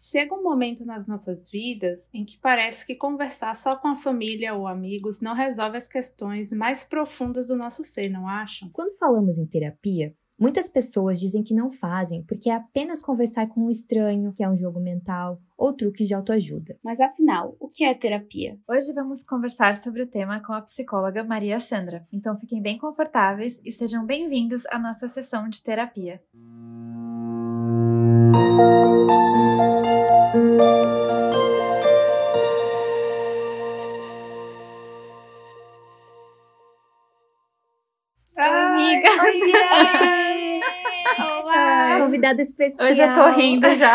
Chega um momento nas nossas vidas em que parece que conversar só com a família ou amigos não resolve as questões mais profundas do nosso ser, não acham? Quando falamos em terapia, muitas pessoas dizem que não fazem porque é apenas conversar com um estranho, que é um jogo mental, ou truques de autoajuda. Mas afinal, o que é terapia? Hoje vamos conversar sobre o tema com a psicóloga Maria Sandra. Então fiquem bem confortáveis e sejam bem-vindos à nossa sessão de terapia. Amiga! Oi, gente! Olá! Convidada especial. Hoje eu tô rindo já.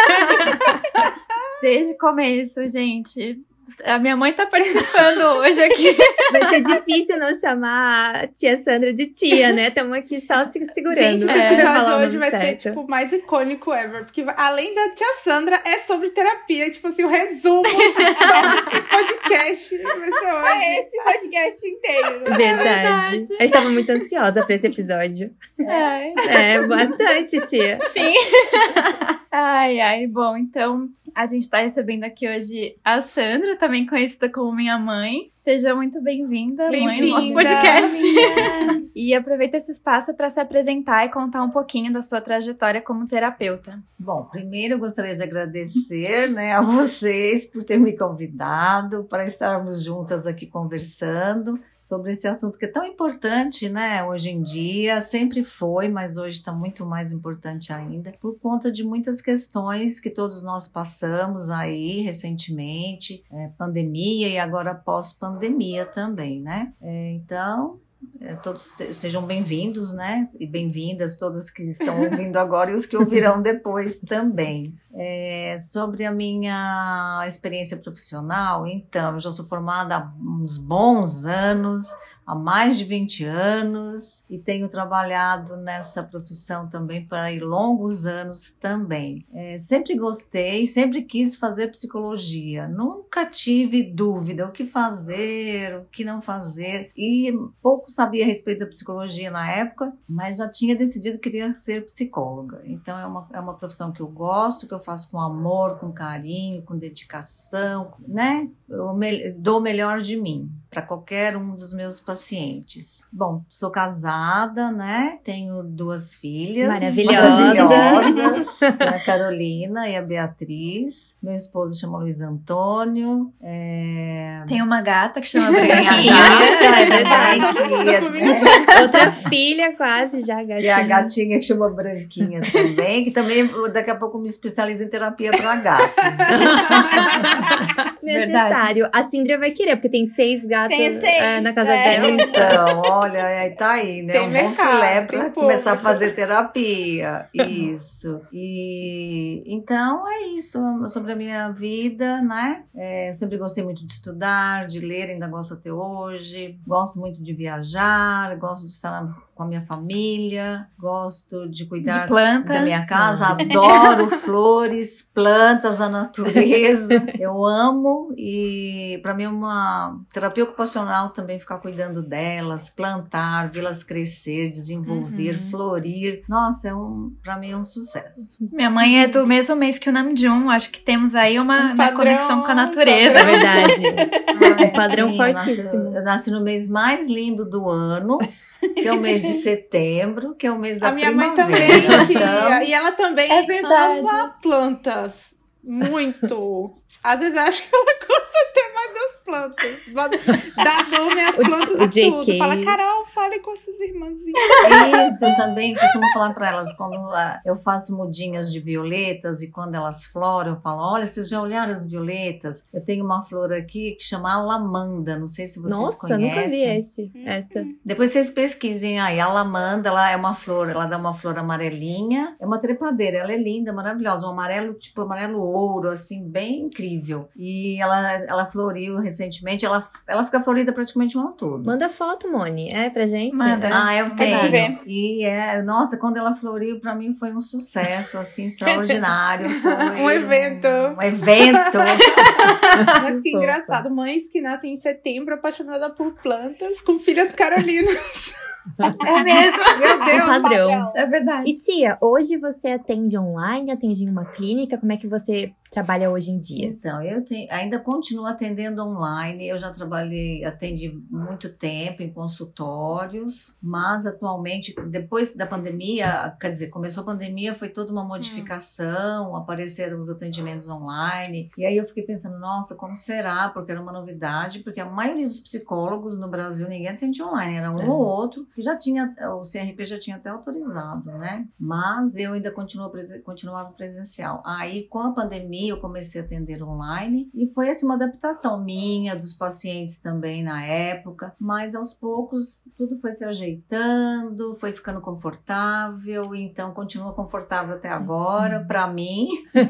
Desde o começo, gente. A minha mãe tá participando hoje aqui. Vai ser difícil não chamar a tia Sandra de tia, né? Estamos aqui só se segurando. Gente, esse episódio falar o hoje nome vai ser, certo. o mais icônico ever. Porque além da tia Sandra, é sobre terapia. Tipo assim, o resumo desse podcast vai ser hoje. É esse podcast inteiro. Verdade. Eu estava muito ansiosa pra esse episódio. É, bastante, tia. Sim. Ai, bom, então a gente tá recebendo aqui hoje a Sandra, também conhecida como minha mãe. Seja muito bem-vinda, mãe, no nosso podcast. E aproveita esse espaço para se apresentar e contar um pouquinho da sua trajetória como terapeuta. Bom, primeiro eu gostaria de agradecer, a vocês por ter me convidado para estarmos juntas aqui conversando sobre esse assunto que é tão importante, hoje em dia. Sempre foi, mas hoje está muito mais importante ainda, por conta de muitas questões que todos nós passamos aí recentemente, pandemia e agora pós-pandemia também, Então, todos sejam bem-vindos, e bem-vindas todas que estão ouvindo agora e os que ouvirão depois também. Sobre a minha experiência profissional, então, eu já sou formada há uns bons anos, há mais de 20 anos, e tenho trabalhado nessa profissão também por aí longos anos também. Sempre gostei, sempre quis fazer psicologia, nunca tive dúvida o que fazer, o que não fazer, e pouco sabia a respeito da psicologia na época, mas já tinha decidido que queria ser psicóloga. Então é uma profissão que eu gosto, que eu faço com amor, com carinho, com dedicação, Eu dou o melhor de mim para qualquer um dos meus pacientes. Bom, sou casada, tenho 2 filhas maravilhosas, a Carolina e a Beatriz. Meu esposo chama Luiz Antônio. Tem uma gata que chama Tem a Branquinha. gata, é verdade. Outra filha quase já, gatinha. E a gatinha que chama Branquinha também, que também daqui a pouco me especializa em terapia para gatos. Necessário. A Cindra vai querer, porque tem 6 gatos na casa dela. Então, olha, tá aí, Tem um bom mercado, filé tem para público. começar a fazer terapia. Isso. E então é isso sobre a minha vida, sempre gostei muito de estudar, de ler, ainda gosto até hoje. Gosto muito de viajar, gosto de estar com a minha família, gosto de cuidar De planta. da minha casa, adoro flores, plantas, a natureza. Eu amo, e para mim é uma terapia ocupacional também ficar cuidando delas, plantar, vê-las crescer, desenvolver, florir. Nossa, para mim é um sucesso. Minha mãe é do mesmo mês que o Namjoon. Acho que temos aí uma padrão, conexão com a natureza. É verdade. Um padrão Sim, fortíssimo. Eu nasci no mês mais lindo do ano, que é o mês de setembro, que é o mês da A minha primavera. mãe também, Então, tia. E ela também É verdade. ama plantas. Muito. Às vezes eu acho que ela gosta até mais das plantas. Dá nome às plantas o e JK. tudo. Fala, Carol, fale com essas irmãzinhas. Isso, eu também costumo falar para elas quando eu faço mudinhas de violetas e quando elas floram, eu falo, olha, vocês já olharam as violetas? Eu tenho uma flor aqui que chama alamanda, não sei se vocês Nossa, conhecem. nunca vi essa. Depois vocês pesquisem aí, a alamanda, ela é uma flor, ela dá uma flor amarelinha, é uma trepadeira, ela é linda, maravilhosa, um amarelo, tipo amarelo ouro, assim, bem incrível. E ela floriu recentemente, ela fica florida praticamente o ano todo. Manda foto, Moni, pra gente. Manda. Eu Tem que ver. tenho. E nossa, quando ela floriu, pra mim foi um sucesso, assim, extraordinário. Foi Um evento. Um evento. Mas que engraçado. Mães que nascem em setembro apaixonadas por plantas com filhas carolinas. É mesmo. Meu Deus. Padrão. É verdade. E tia, hoje você atende online, atende em uma clínica? Como é que você trabalha hoje em dia? Então, ainda continuo atendendo online. Eu já atendi muito tempo em consultórios, mas atualmente, depois da pandemia, quer dizer, começou a pandemia, foi toda uma modificação, apareceram os atendimentos online. E aí eu fiquei pensando, nossa, como será? Porque era uma novidade, porque a maioria dos psicólogos no Brasil, ninguém atendia online, era um ou outro, que já tinha, o CRP já tinha até autorizado, né? Mas eu ainda continuava presencial. Aí, com a pandemia, eu comecei a atender online e foi assim uma adaptação minha, dos pacientes também na época, mas aos poucos tudo foi se ajeitando, foi ficando confortável, então continua confortável até agora, para mim.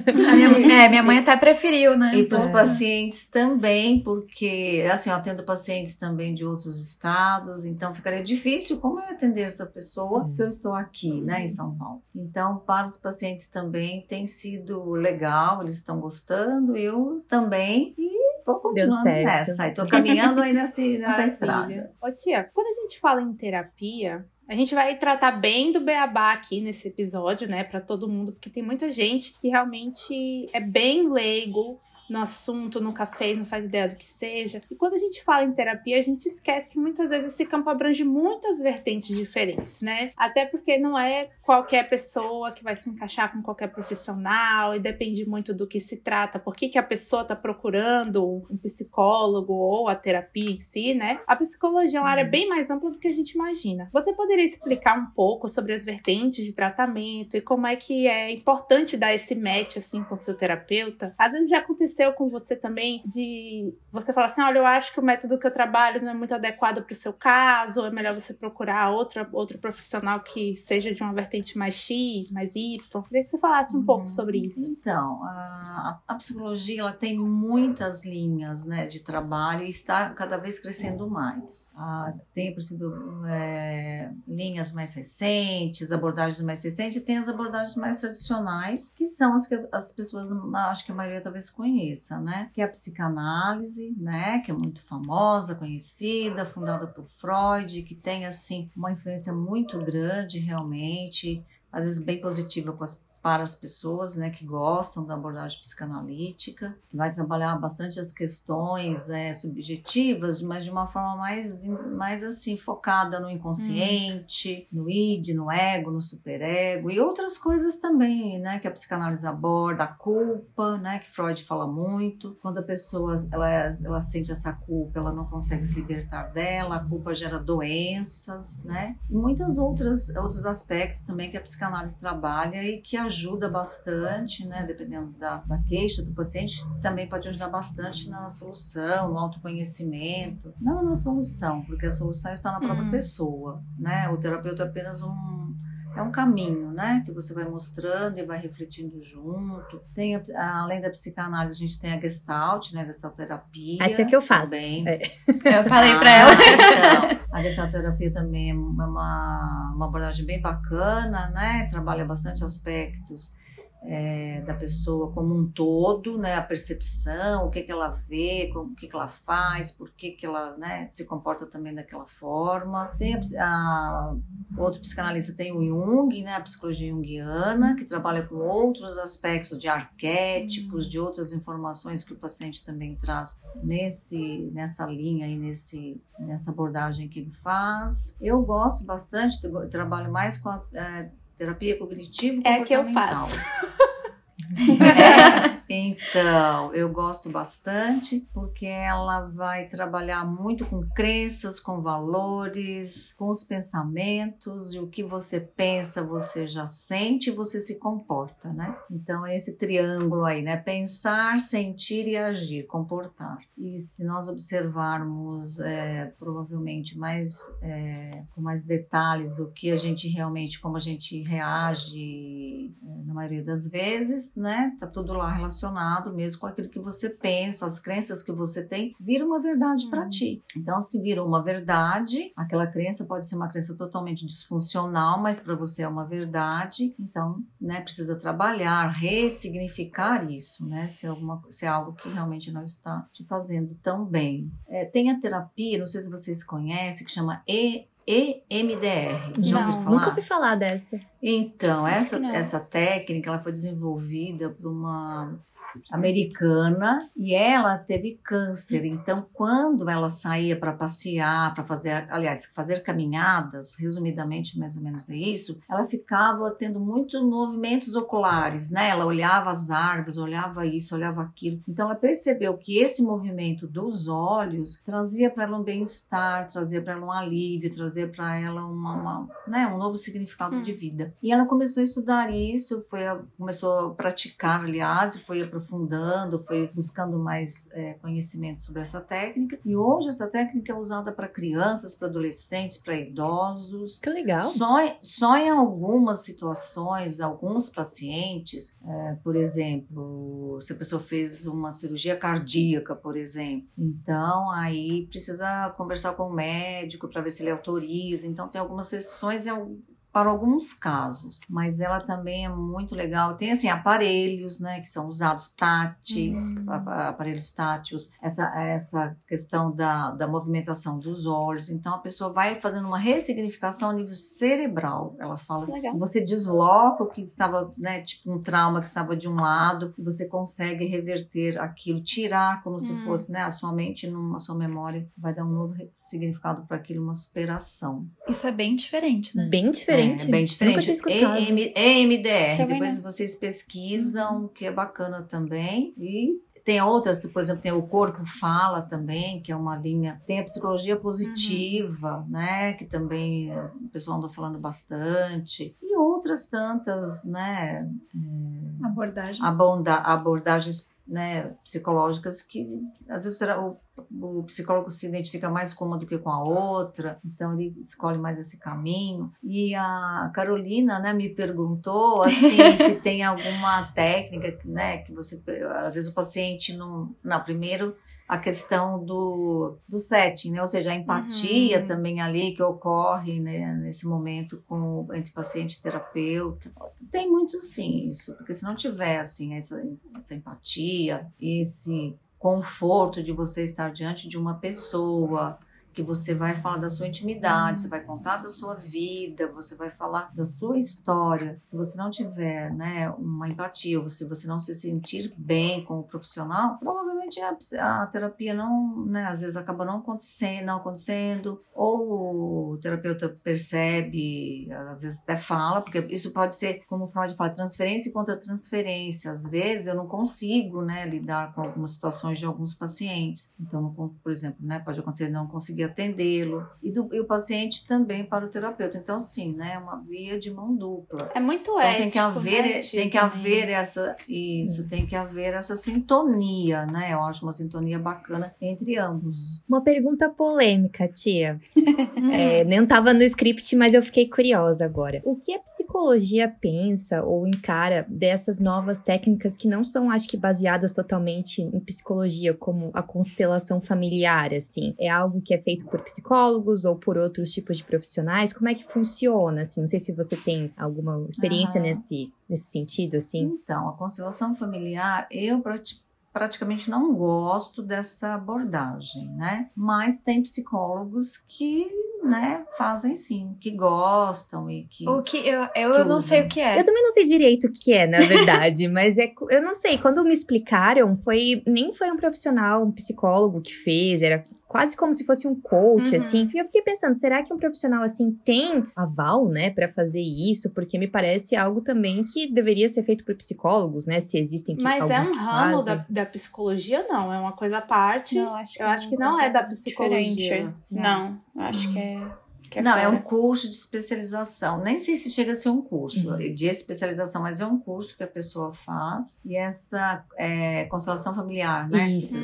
Minha mãe até preferiu, né? E para os pacientes também, porque assim, eu atendo pacientes também de outros estados, então ficaria difícil como eu atender essa pessoa se eu estou aqui, né, em São Paulo. Então, para os pacientes também tem sido legal, eles estão gostando, eu também, e tô continuando nessa, e tô caminhando aí nessa estrada. Ô tia, quando a gente fala em terapia, a gente vai tratar bem do beabá aqui nesse episódio, né, pra todo mundo, porque tem muita gente que realmente é bem leigo no assunto, nunca fez, não faz ideia do que seja. E quando a gente fala em terapia, a gente esquece que muitas vezes esse campo abrange muitas vertentes diferentes, né? Até porque não é qualquer pessoa que vai se encaixar com qualquer profissional, e depende muito do que se trata, por que a pessoa tá procurando um psicólogo ou a terapia em si, né? A psicologia é uma área bem mais ampla do que a gente imagina. Você poderia explicar um pouco sobre as vertentes de tratamento e como é que é importante dar esse match, assim, com o seu terapeuta? Às vezes já aconteceu com você também de você falar assim, olha, eu acho que o método que eu trabalho não é muito adequado para o seu caso, é melhor você procurar outro profissional que seja de uma vertente mais X, mais Y. Queria que você falasse um pouco sobre isso. Então, a psicologia, ela tem muitas linhas, né, de trabalho e está cada vez crescendo mais. Tem aparecido linhas mais recentes, abordagens mais recentes, e tem as abordagens mais tradicionais, que são as que as pessoas, acho que a maioria talvez conheça, né? Que é a psicanálise, né? Que é muito famosa, conhecida, fundada por Freud, que tem, assim, uma influência muito grande, realmente, às vezes bem positiva para as pessoas, né, que gostam da abordagem psicanalítica, que vai trabalhar bastante as questões, né, subjetivas, mas de uma forma mais assim, focada no inconsciente, no id, no ego, no superego, e outras coisas também, né, que a psicanálise aborda, a culpa, né, que Freud fala muito. Quando a pessoa ela sente essa culpa, ela não consegue se libertar dela, a culpa gera doenças, né, e muitos outros aspectos também que a psicanálise trabalha e que ajuda bastante, né, dependendo da queixa do paciente, também pode ajudar bastante na solução, no autoconhecimento. Não na solução, porque a solução está na própria pessoa, né? O terapeuta é apenas um caminho, né, que você vai mostrando e vai refletindo junto. Tem, além da psicanálise, a gente tem a Gestalt, né, a Gestalterapia. Essa é que eu faço. Eu falei pra ela. Então, a Gestalterapia também é uma abordagem bem bacana, né, trabalha bastante aspectos da pessoa como um todo, né, a percepção, o que ela vê, o que ela faz, por que ela, né, se comporta também daquela forma. Tem outro psicanalista, tem o Jung, né, a psicologia junguiana, que trabalha com outros aspectos de arquétipos, de outras informações que o paciente também traz nessa linha e nessa abordagem que ele faz. Eu gosto bastante, trabalho mais com a terapia cognitivo-comportamental. É a que eu faço. Então, eu gosto bastante porque ela vai trabalhar muito com crenças, com valores, com os pensamentos, e o que você pensa, você já sente e você se comporta, né? Então, é esse triângulo aí, né? Pensar, sentir e agir, comportar. E se nós observarmos, provavelmente com mais detalhes, o que a gente realmente, como a gente reage na maioria das vezes, né? Tá tudo lá relacionado mesmo com aquilo que você pensa, as crenças que você tem, vira uma verdade para ti. Então, se vira uma verdade, aquela crença pode ser uma crença totalmente disfuncional, mas para você é uma verdade. Então, né, precisa trabalhar, ressignificar isso, né? Se é algo que realmente não está te fazendo tão bem. Tem a terapia, não sei se vocês conhecem, que chama EMDR. Já ouviu falar? Nunca ouvi falar dessa. Então, essa técnica ela foi desenvolvida por uma americana, e ela teve câncer. Então, quando ela saía para passear, para fazer caminhadas, resumidamente, mais ou menos é isso, ela ficava tendo muitos movimentos oculares, né? Ela olhava as árvores, olhava isso, olhava aquilo. Então, ela percebeu que esse movimento dos olhos trazia para ela um bem-estar, trazia para ela um alívio, trazia para ela um novo significado de vida. E ela começou a estudar isso, começou a praticar, aliás, e foi aprofundando, foi buscando mais conhecimento sobre essa técnica. E hoje essa técnica é usada para crianças, para adolescentes, para idosos. Que legal. Só em algumas situações, alguns pacientes, por exemplo, se a pessoa fez uma cirurgia cardíaca, por exemplo, então aí precisa conversar com o médico para ver se ele autoriza. Então tem algumas restrições para alguns casos, mas ela também é muito legal. Tem assim aparelhos, né, que são usados táteis, aparelhos táteis, essa questão da movimentação dos olhos. Então a pessoa vai fazendo uma ressignificação a nível cerebral. Ela fala que você desloca o que estava, né, tipo um trauma que estava de um lado, e você consegue reverter aquilo, tirar como se fosse, né, a sua mente, a sua memória, vai dar um novo significado para aquilo, uma superação. Isso é bem diferente, né? Bem diferente. É bem diferente. Nunca tinha escutado. EMDR. Também Depois não. vocês pesquisam, que é bacana também. E tem outras, por exemplo, tem o Corpo Fala também, que é uma linha. Tem a psicologia positiva, né? Que também o pessoal anda falando bastante. E outras tantas, né? Abordagens, né, psicológicas que às vezes o psicólogo se identifica mais com uma do que com a outra, então ele escolhe mais esse caminho. E a Carolina, né, me perguntou assim, se tem alguma técnica, né, que você, às vezes o paciente primeiro a questão do setting, né? Ou seja, a empatia também ali que ocorre, né, nesse momento entre paciente e terapeuta. Tem muito sim isso, porque se não tiver assim, essa empatia, esse conforto de você estar diante de uma pessoa que você vai falar da sua intimidade, você vai contar da sua vida, você vai falar da sua história. Se você não tiver, né, uma empatia, ou se você não se sentir bem com o profissional, provavelmente a terapia não, né, às vezes acaba não acontecendo, ou o terapeuta percebe, às vezes até fala, porque isso pode ser, como o Freud fala, transferência e contra-transferência. Às vezes eu não consigo, né, lidar com algumas situações de alguns pacientes. Então, por exemplo, né, pode acontecer de não conseguir atendê-lo, e o paciente também para o terapeuta. Então, sim, né, é uma via de mão dupla. É muito então, ético, tem que haver né, tem que haver essa sintonia, né? Eu acho uma sintonia bacana entre ambos. Uma pergunta polêmica, tia. Nem estava no script, mas eu fiquei curiosa agora. O que a psicologia pensa ou encara dessas novas técnicas que não são, acho que, baseadas totalmente em psicologia, como a constelação familiar, assim? É algo que é feito por psicólogos ou por outros tipos de profissionais? Como é que funciona, assim? Não sei se você tem alguma experiência nesse sentido, assim. Então, a constelação familiar, eu praticamente não gosto dessa abordagem, né? Mas tem psicólogos que, né, fazem sim, que gostam e que... Eu não sei o que é. Eu também não sei direito o que é, na verdade, mas eu não sei, quando me explicaram, nem foi um profissional, um psicólogo que fez, era quase como se fosse um coach, assim. E eu fiquei pensando, será que um profissional, assim, tem aval, né, pra fazer isso? Porque me parece algo também que deveria ser feito por psicólogos, né, se existem Mas alguns é um que ramo fazem. da psicologia, não. É uma coisa à parte. Não, eu acho que não é da psicologia. Diferente. Não, acho que é não, fora. é um curso de especialização. Nem sei se chega a ser um curso de especialização, mas é um curso que a pessoa faz. E essa constelação familiar, né? Isso,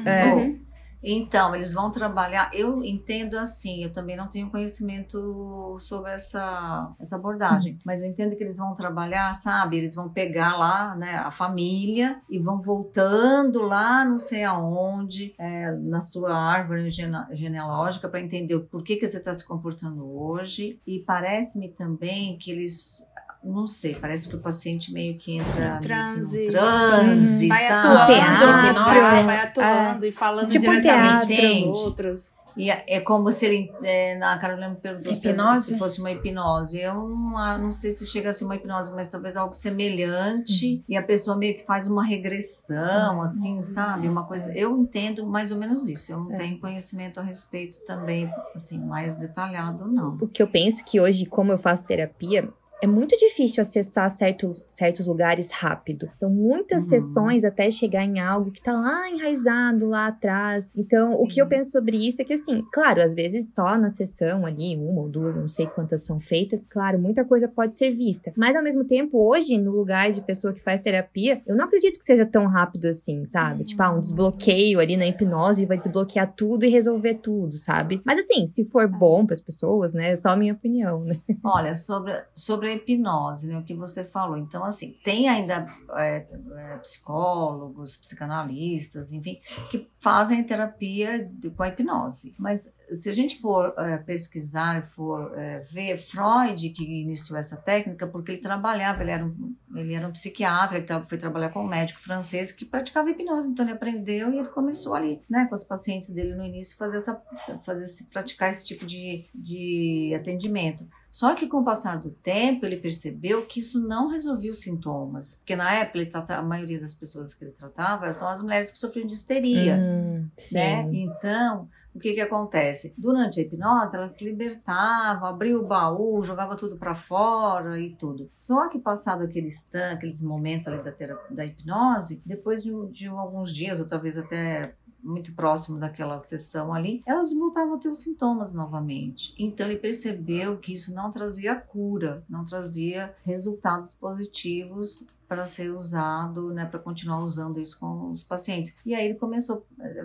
Então, eles vão trabalhar, eu entendo assim, eu também não tenho conhecimento sobre essa abordagem, mas eu entendo que eles vão trabalhar, sabe, eles vão pegar lá, né, a família e vão voltando lá não sei aonde, na sua árvore genealógica para entender o porquê que você está se comportando hoje, e parece-me também que eles... Não sei, parece que o paciente meio que entra transe, sabe? Vai atuando, teatro, vai atuando e falando tipo diretamente teatro. com os outros. E é como se ele, a Carolina me perguntou se fosse uma hipnose. Eu não sei se chega a ser uma hipnose, mas talvez algo semelhante. E a pessoa meio que faz uma regressão, assim, sabe? Uma coisa. Eu entendo mais ou menos isso. Eu não tenho conhecimento a respeito também, assim, mais detalhado, não. O que eu penso que hoje, como eu faço terapia, é muito difícil acessar certos lugares rápido. São muitas sessões até chegar em algo que tá lá enraizado, lá atrás. Então, o que eu penso sobre isso é que, assim, claro, às vezes só na sessão ali, 1 ou 2, não sei quantas são feitas, claro, muita coisa pode ser vista. Mas, ao mesmo tempo, hoje, no lugar de pessoa que faz terapia, eu não acredito que seja tão rápido assim, sabe? Tipo, um desbloqueio ali na hipnose vai desbloquear tudo e resolver tudo, sabe? Mas, assim, se for bom pras pessoas, né, é só a minha opinião, né? Olha, sobre a hipnose, né, o que você falou. Então, assim, tem ainda psicólogos, psicanalistas, enfim, que fazem terapia com a hipnose. Mas se a gente for pesquisar, for ver Freud, que iniciou essa técnica, porque ele trabalhava, ele era um psiquiatra, ele foi trabalhar com um médico francês que praticava hipnose. Então, ele aprendeu e ele começou ali, né, com os pacientes dele no início, praticar esse tipo de atendimento. Só que com o passar do tempo, ele percebeu que isso não resolvia os sintomas. Porque na época, a maioria das pessoas que ele tratava são as mulheres que sofriam de histeria. Né? Então, o que acontece? Durante a hipnose, ela se libertava, abria o baú, jogava tudo para fora e tudo. Só que passado aqueles momentos ali da hipnose, depois de alguns dias, ou talvez até muito próximo daquela sessão ali, elas voltavam a ter os sintomas novamente. Então ele percebeu que isso não trazia cura, não trazia resultados positivos para ser usado, né, para continuar usando isso com os pacientes. E aí ele começou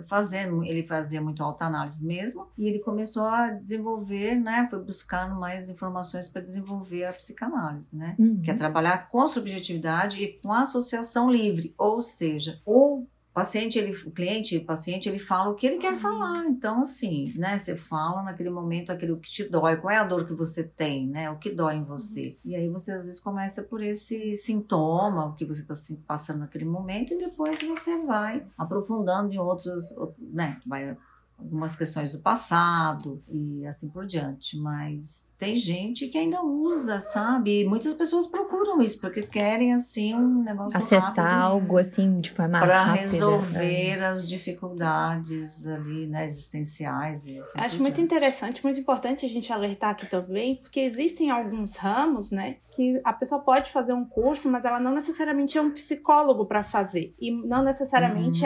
ele fazia muito autoanálise mesmo, e ele começou a desenvolver, né, foi buscando mais informações para desenvolver a psicanálise, né, que é trabalhar com subjetividade e com associação livre, ou seja, o paciente, o paciente, ele fala o que ele quer falar. Então, assim, né, você fala naquele momento aquilo que te dói, qual é a dor que você tem, né, o que dói em você. E aí você, às vezes, começa por esse sintoma, o que você está passando naquele momento, e depois você vai aprofundando em outros, né, vai algumas questões do passado e assim por diante, mas tem gente que ainda usa, sabe? E muitas pessoas procuram isso porque querem, assim, um negócio acessar rápido, algo, assim, de forma para rápida, resolver as dificuldades ali, né, existenciais. E assim acho muito interessante, muito importante a gente alertar aqui também, porque existem alguns ramos, né, que a pessoa pode fazer um curso, mas ela não necessariamente é um psicólogo para fazer, e não necessariamente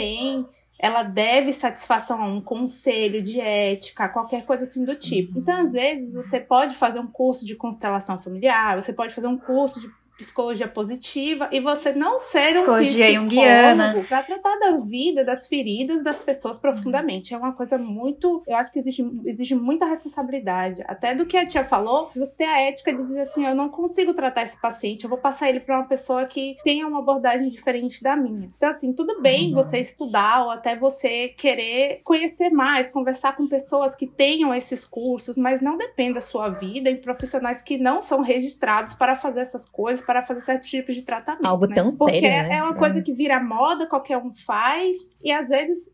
ela deve satisfação a um conselho de ética, qualquer coisa assim do tipo. Então, às vezes, você pode fazer um curso de constelação familiar, você pode fazer um curso de psicologia positiva e você não ser um psicólogo para tratar da vida, das feridas das pessoas profundamente. É uma coisa muito... Eu acho que exige muita responsabilidade. Até do que a tia falou, você ter a ética de dizer assim, eu não consigo tratar esse paciente, eu vou passar ele para uma pessoa que tenha uma abordagem diferente da minha. Então, assim, tudo bem você estudar ou até você querer conhecer mais, conversar com pessoas que tenham esses cursos, mas não dependa da sua vida em profissionais que não são registrados para fazer essas coisas, para fazer certos tipos de tratamento. Algo tão sério, porque né? É uma coisa que vira moda, qualquer um faz, e às vezes,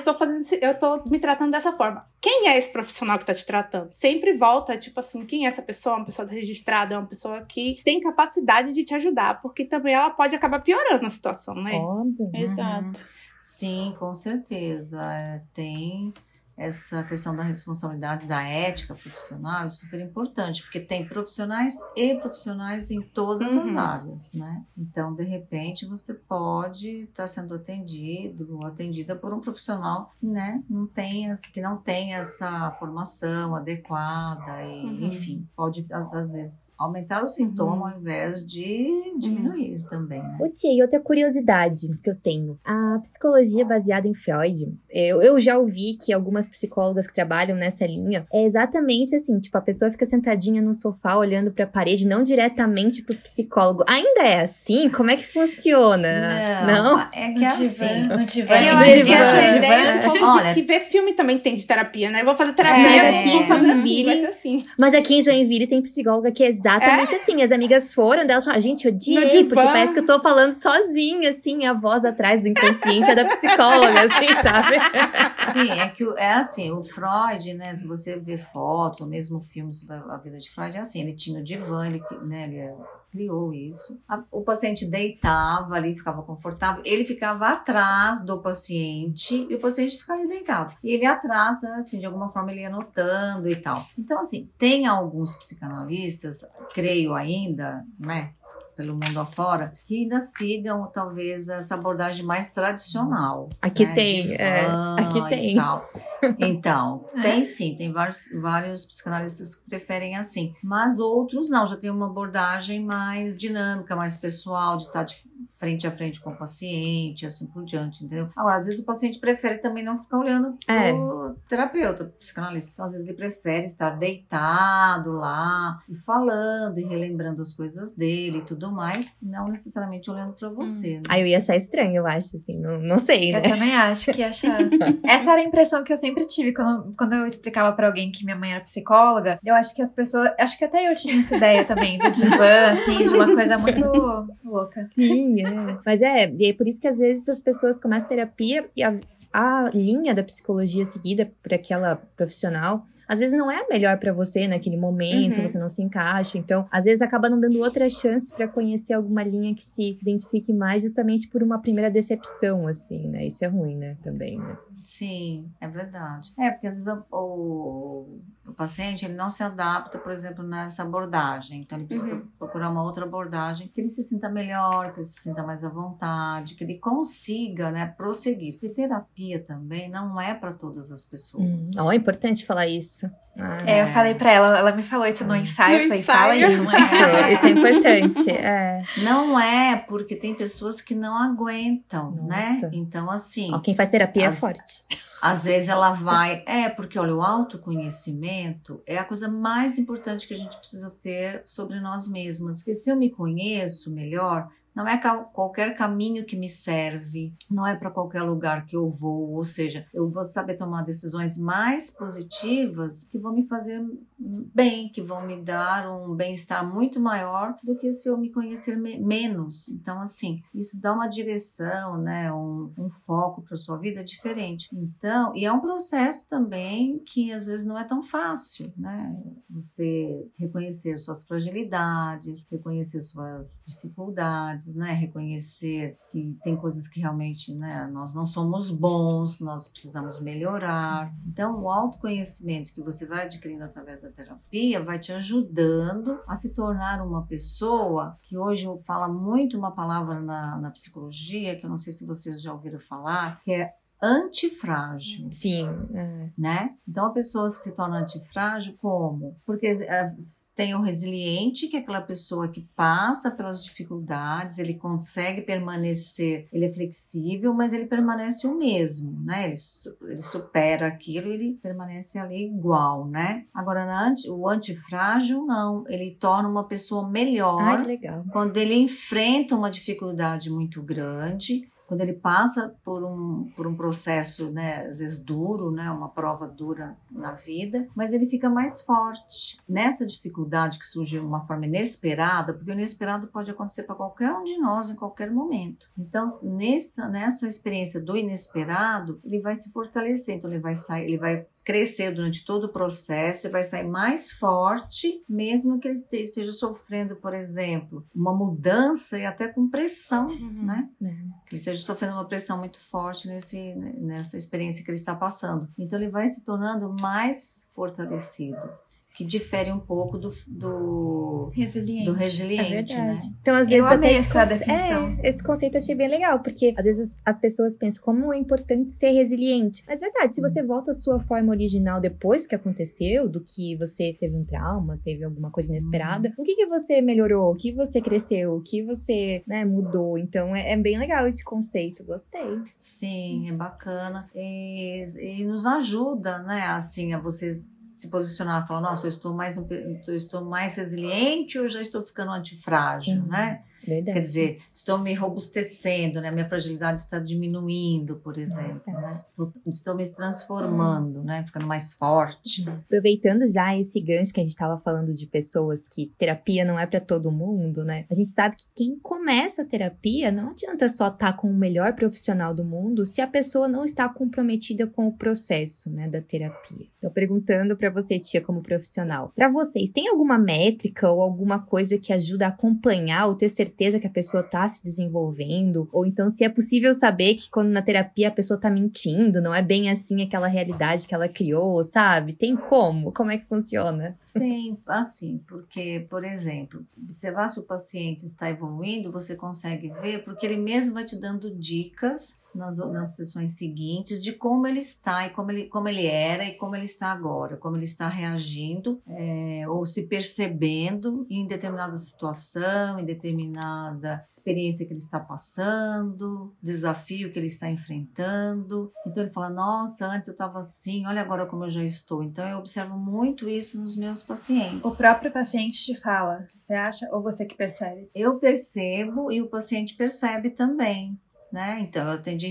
eu tô me tratando dessa forma. Quem é esse profissional que tá te tratando? Sempre volta, tipo assim, quem é essa pessoa? Uma pessoa registrada, é uma pessoa que tem capacidade de te ajudar, porque também ela pode acabar piorando a situação, né? Óbvio. Exato. Sim, com certeza. Tem essa questão da responsabilidade, da ética profissional, é super importante, porque tem profissionais e profissionais em todas as áreas, né? Então, de repente, você pode estar sendo atendido ou atendida por um profissional, né, que não tem essa formação adequada e, enfim, pode, às vezes, aumentar o sintoma ao invés de diminuir também, né? Tia, e outra curiosidade que eu tenho. A psicologia baseada em Freud, eu já ouvi que algumas psicólogas que trabalham nessa linha, é exatamente assim, tipo, a pessoa fica sentadinha no sofá olhando pra parede, não diretamente pro psicólogo. Ainda é assim? Como é que funciona? Não? É que é assim. Olha, que ver filme também tem de terapia, né? Eu vou fazer terapia aqui, vou fazer assim, vai ser assim. Mas aqui em Joinville tem psicóloga que é exatamente assim. As amigas foram, delas falam, gente, odiei, porque parece que eu tô falando sozinha, assim, a voz atrás do inconsciente. paciente é da psicóloga, assim, sabe? Sim, é assim, o Freud, né, se você vê fotos, ou mesmo filmes sobre a vida de Freud, é assim, ele tinha o divã, ele criou isso. O paciente deitava ali, ficava confortável, ele ficava atrás do paciente e o paciente ficava ali deitado. E ele atrás, assim, de alguma forma ele ia anotando e tal. Então, assim, tem alguns psicanalistas, creio ainda, né, pelo mundo afora, que ainda sigam talvez essa abordagem mais tradicional. Aqui né, tem, aqui tem. Então, tem vários psicanalistas que preferem assim, mas outros não, já tem uma abordagem mais dinâmica, mais pessoal, de estar de frente a frente com o paciente, assim por diante, entendeu? Agora, às vezes o paciente prefere também não ficar olhando pro terapeuta, pro psicanalista, então às vezes ele prefere estar deitado lá, e falando, e relembrando as coisas dele e tudo mais, não necessariamente olhando pra você. Né? Aí eu ia achar estranho, eu acho, assim, não sei, né? Eu também acho que ia achar. Essa era a impressão que eu sempre tive quando eu explicava pra alguém que minha mãe era psicóloga. Eu acho que as pessoas, acho que até eu tinha essa ideia também do divã, assim, de uma coisa muito louca. Sim, mas e é por isso que às vezes as pessoas começam terapia e a linha da psicologia seguida por aquela profissional às vezes não é a melhor pra você naquele momento, você não se encaixa. Então, às vezes acaba não dando outra chance pra conhecer alguma linha que se identifique mais justamente por uma primeira decepção, assim, né? Isso é ruim, né? Também, né? Sim, é verdade. Porque às vezes o paciente ele não se adapta, por exemplo, nessa abordagem. Então, ele precisa procurar uma outra abordagem que ele se sinta melhor, que ele se sinta mais à vontade, que ele consiga, né, prosseguir. Porque terapia também não é para todas as pessoas. É importante falar isso. Eu falei pra ela me falou isso no ensaio, eu falei, fala isso. Isso é importante. Não é, porque tem pessoas que não aguentam, né? Então, assim... quem faz terapia é forte. Às vezes ela vai... porque, olha, o autoconhecimento é a coisa mais importante que a gente precisa ter sobre nós mesmas. Porque se eu me conheço melhor... Não é qualquer caminho que me serve, não é para qualquer lugar que eu vou, ou seja, eu vou saber tomar decisões mais positivas que vão me fazer bem, que vão me dar um bem-estar muito maior do que se eu me conhecer menos. Então, assim, isso dá uma direção, né, um foco para sua vida diferente. Então, e é um processo também que às vezes não é tão fácil, né? Você reconhecer suas fragilidades, reconhecer suas dificuldades, né, reconhecer que tem coisas que realmente, né, nós não somos bons, nós precisamos melhorar. Então, o autoconhecimento que você vai adquirindo através da terapia vai te ajudando a se tornar uma pessoa que hoje fala muito uma palavra na psicologia, que eu não sei se vocês já ouviram falar, que é antifrágil. Sim. Né? Então, a pessoa se torna antifrágil como? Porque... tem o resiliente, que é aquela pessoa que passa pelas dificuldades, ele consegue permanecer, ele é flexível, mas ele permanece o mesmo, né? Ele supera aquilo e ele permanece ali igual, né? Agora, o antifrágil, não. Ele torna uma pessoa melhor. Que legal. Quando ele enfrenta uma dificuldade muito grande, quando ele passa por um processo, né, às vezes duro, né, uma prova dura na vida, mas ele fica mais forte. Nessa dificuldade que surge de uma forma inesperada, porque o inesperado pode acontecer para qualquer um de nós em qualquer momento. Então, nessa experiência do inesperado, ele vai se fortalecer, então ele vai crescer durante todo o processo e vai sair mais forte, mesmo que ele esteja sofrendo, por exemplo, uma mudança e até com pressão, né? Que ele esteja sofrendo uma pressão muito forte nessa experiência que ele está passando. Então, ele vai se tornando mais fortalecido, que difere um pouco do resiliente, né? Então, às vezes, eu amei essa definição. Esse conceito eu achei bem legal, porque às vezes as pessoas pensam como é importante ser resiliente. Mas é verdade, se você volta à sua forma original depois que aconteceu, do que você teve um trauma, teve alguma coisa inesperada, o que você melhorou, o que você cresceu, o que você, né, mudou. Então, é bem legal esse conceito, gostei. Sim, é bacana. E nos ajuda, né, assim, a vocês se posicionar, falar, nossa, eu estou mais resiliente ou já estou ficando antifrágil, né? Verdade. Quer dizer, estou me robustecendo, né? Minha fragilidade está diminuindo, por exemplo, né? Estou me transformando, né? Ficando mais forte. Aproveitando já esse gancho que a gente estava falando de pessoas que terapia não é para todo mundo, né? A gente sabe que quem começa a terapia não adianta só estar com o melhor profissional do mundo se a pessoa não está comprometida com o processo, né, da terapia. Então, perguntando para você, tia, como profissional, para vocês, tem alguma métrica ou alguma coisa que ajuda a acompanhar ou ter certeza que a pessoa está se desenvolvendo? Ou então, se é possível saber que quando na terapia a pessoa está mentindo, não é bem assim aquela realidade que ela criou, sabe? Tem como? Como é que funciona? Tem, assim, porque, por exemplo, observar se o paciente está evoluindo, você consegue ver, porque ele mesmo vai te dando dicas nas sessões seguintes de como ele está e como ele era e como ele está agora, como ele está reagindo ou se percebendo em determinada situação, em determinada experiência que ele está passando, desafio que ele está enfrentando. Então ele fala, nossa, antes eu estava assim, olha agora como eu já estou. Então eu observo muito isso nos meus pacientes. O próprio paciente te fala, você acha? Ou você que percebe? Eu percebo e o paciente percebe também, né? Então eu atendi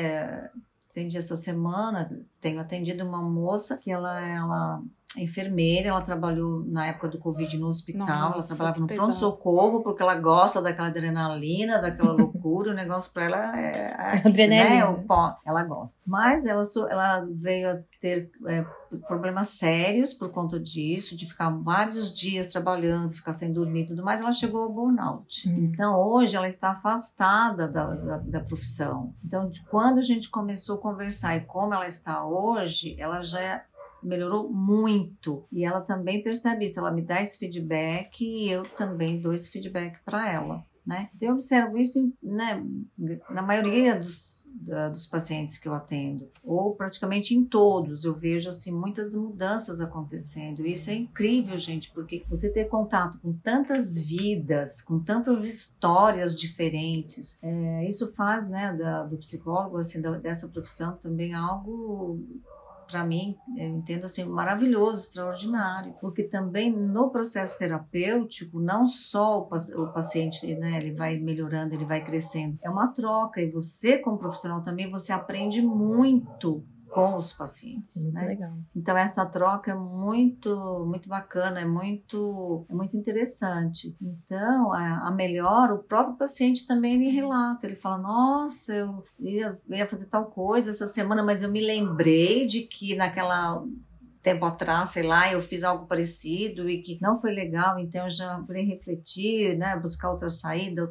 essa semana, tenho atendido uma moça que ela é enfermeira, ela trabalhou na época do Covid no hospital. Nossa, ela trabalhava no pronto-socorro porque ela gosta daquela adrenalina, daquela loucura, o negócio para ela é adrenalina, né? Ela gosta. Mas ela veio a ter problemas sérios por conta disso, de ficar vários dias trabalhando, ficar sem dormir e tudo mais, ela chegou ao burnout. Então hoje ela está afastada da profissão. Então quando a gente começou a conversar e como ela está hoje, ela já melhorou muito. E ela também percebe isso. Ela me dá esse feedback e eu também dou esse feedback para ela, né? Então, eu observo isso, né, na maioria dos pacientes que eu atendo, ou praticamente em todos. Eu vejo, assim, muitas mudanças acontecendo. E isso é incrível, gente, porque você ter contato com tantas vidas, com tantas histórias diferentes, isso faz, né, do psicólogo, assim, dessa profissão também algo... Para mim, eu entendo assim, maravilhoso, extraordinário, porque também no processo terapêutico, não só o paciente, né, ele vai melhorando, ele vai crescendo, é uma troca, e você como profissional também, você aprende muito com os pacientes, muito né? Legal. Então essa troca é muito, muito bacana, é muito interessante. Então a melhora, o próprio paciente também ele relata, ele fala, nossa, eu ia fazer tal coisa essa semana, mas eu me lembrei de que naquela tempo atrás, sei lá, eu fiz algo parecido e que não foi legal, então eu já procurei refletir, né, buscar outra saída,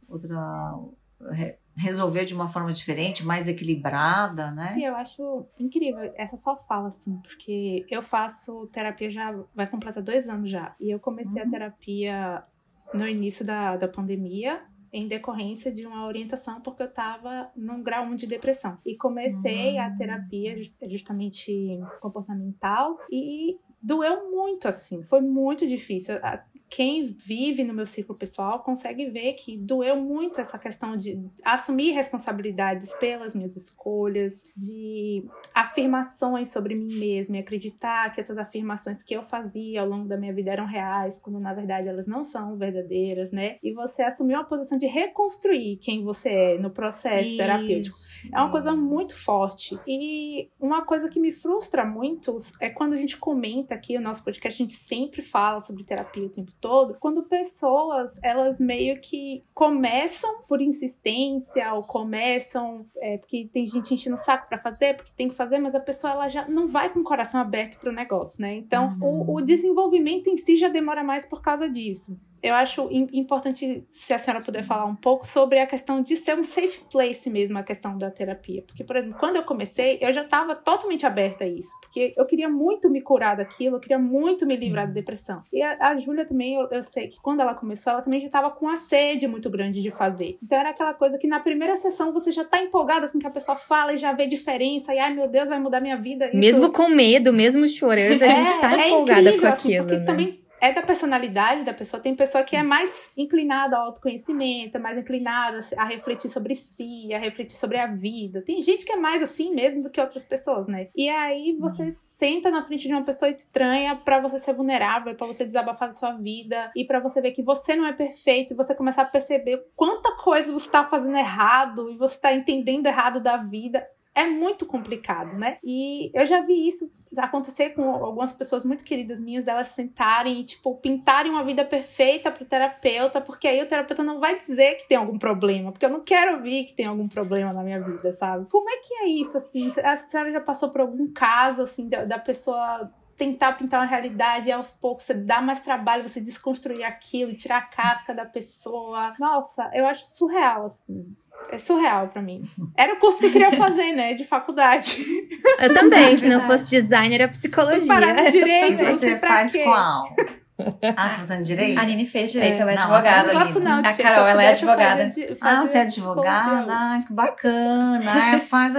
resolver de uma forma diferente, mais equilibrada, né? E eu acho incrível essa sua fala, assim, porque eu faço terapia já, vai completar 2 anos já, e eu comecei a terapia no início da pandemia, em decorrência de uma orientação, porque eu estava num grau 1 de depressão. E comecei a terapia justamente comportamental e doeu muito, assim, foi muito difícil. Quem vive no meu ciclo pessoal consegue ver que doeu muito essa questão de assumir responsabilidades pelas minhas escolhas, de afirmações sobre mim mesma e acreditar que essas afirmações que eu fazia ao longo da minha vida eram reais, quando na verdade elas não são verdadeiras, né? E você assumir uma posição de reconstruir quem você é no processo terapêutico. É uma coisa muito forte. E uma coisa que me frustra muito é quando a gente comenta aqui no nosso podcast, a gente sempre fala sobre terapia o tempo todo, quando pessoas, elas meio que começam por insistência ou começam porque tem gente enchendo o saco pra fazer, porque tem que fazer, mas a pessoa ela já não vai com o coração aberto pro negócio, né? Então, o desenvolvimento em si já demora mais por causa disso. Eu acho importante, se a senhora puder falar um pouco sobre a questão de ser um safe place mesmo, a questão da terapia. Porque, por exemplo, quando eu comecei, eu já estava totalmente aberta a isso. Porque eu queria muito me curar daquilo, eu queria muito me livrar da depressão. E a Júlia também, eu sei que quando ela começou, ela também já estava com uma sede muito grande de fazer. Então era aquela coisa que na primeira sessão você já tá empolgada com o que a pessoa fala e já vê diferença. E, ai meu Deus, vai mudar minha vida. Isso... Mesmo com medo, mesmo chorando, a gente tá empolgada incrível, com aquilo, assim, porque né? Também é da personalidade da pessoa. Tem pessoa que é mais inclinada ao autoconhecimento, é mais inclinada a refletir sobre si, a refletir sobre a vida. Tem gente que é mais assim mesmo do que outras pessoas, né? E aí você senta na frente de uma pessoa estranha pra você ser vulnerável, pra você desabafar da sua vida e pra você ver que você não é perfeito e você começar a perceber quanta coisa você tá fazendo errado e você tá entendendo errado da vida. É muito complicado, né? E eu já vi isso acontecer com algumas pessoas muito queridas minhas, delas sentarem e, tipo, pintarem uma vida perfeita pro terapeuta, porque aí o terapeuta não vai dizer que tem algum problema, porque eu não quero ouvir que tem algum problema na minha vida, sabe? Como é que é isso, assim? A senhora já passou por algum caso, assim, da pessoa tentar pintar uma realidade e aos poucos você dá mais trabalho, você desconstruir aquilo e tirar a casca da pessoa? Nossa, eu acho surreal, assim. É surreal pra mim. Era o curso que eu queria fazer, né? De faculdade. Eu também. Se não fosse designer, era psicologia. Parar no direito. E você faz quê? qual? Tá fazendo direito? A Aline fez direito, ela é não, advogada. Eu não gosto não, A tia, Carol, ela é advogada. Você é advogada? Que bacana.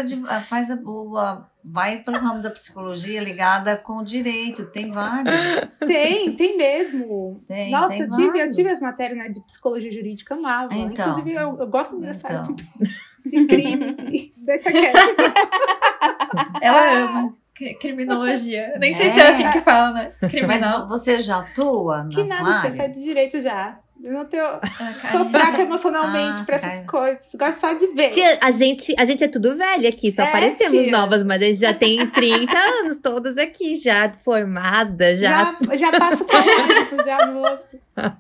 Vai para o ramo da psicologia ligada com o direito. Tem vários. Tem mesmo. Nossa, tem eu tive as matérias, né, de psicologia jurídica, amava. Então, inclusive, eu gosto dessa área de crime. Deixa quieto. Ela ama criminologia. Nem sei se é assim que fala, né? Criminal. Mas você já atua na Que sua nada, área? tinha saído de direito já. Eu não tenho... Sou fraca emocionalmente pra essas coisas. Gosto só de ver. Tia, a gente é tudo velha aqui, só parecemos novas, mas a gente já tem 30 anos, todas aqui, já formada, já passa talento, já no rosto.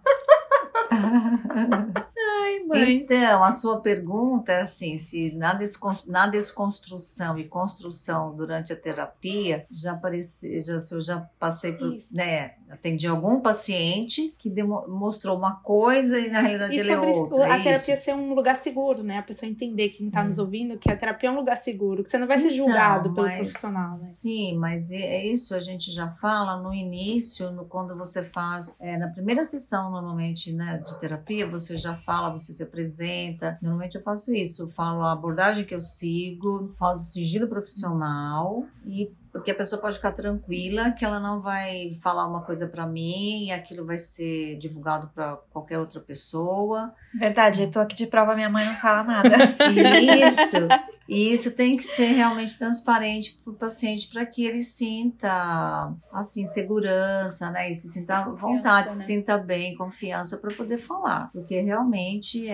Ai, mãe. Então, a sua pergunta é assim, se na desconstrução e construção durante a terapia, eu já passei por, né, atendi algum paciente que mostrou uma coisa e na realidade ele é outra. A terapia ser um lugar seguro, né? A pessoa entender, quem tá nos ouvindo, que a terapia é um lugar seguro, que você não vai ser julgado pelo profissional, né? Sim, mas é isso, a gente já fala no início, quando você faz, na primeira sessão normalmente, né, de terapia, você já fala, você se apresenta. Normalmente eu faço isso, eu falo a abordagem que eu sigo, falo do sigilo profissional porque a pessoa pode ficar tranquila que ela não vai falar uma coisa para mim e aquilo vai ser divulgado para qualquer outra pessoa. Verdade, eu tô aqui de prova, minha mãe não fala nada. Isso tem que ser realmente transparente para o paciente, para que ele sinta, assim, segurança, né? E se sinta à vontade, se sinta bem, confiança para poder falar. Porque realmente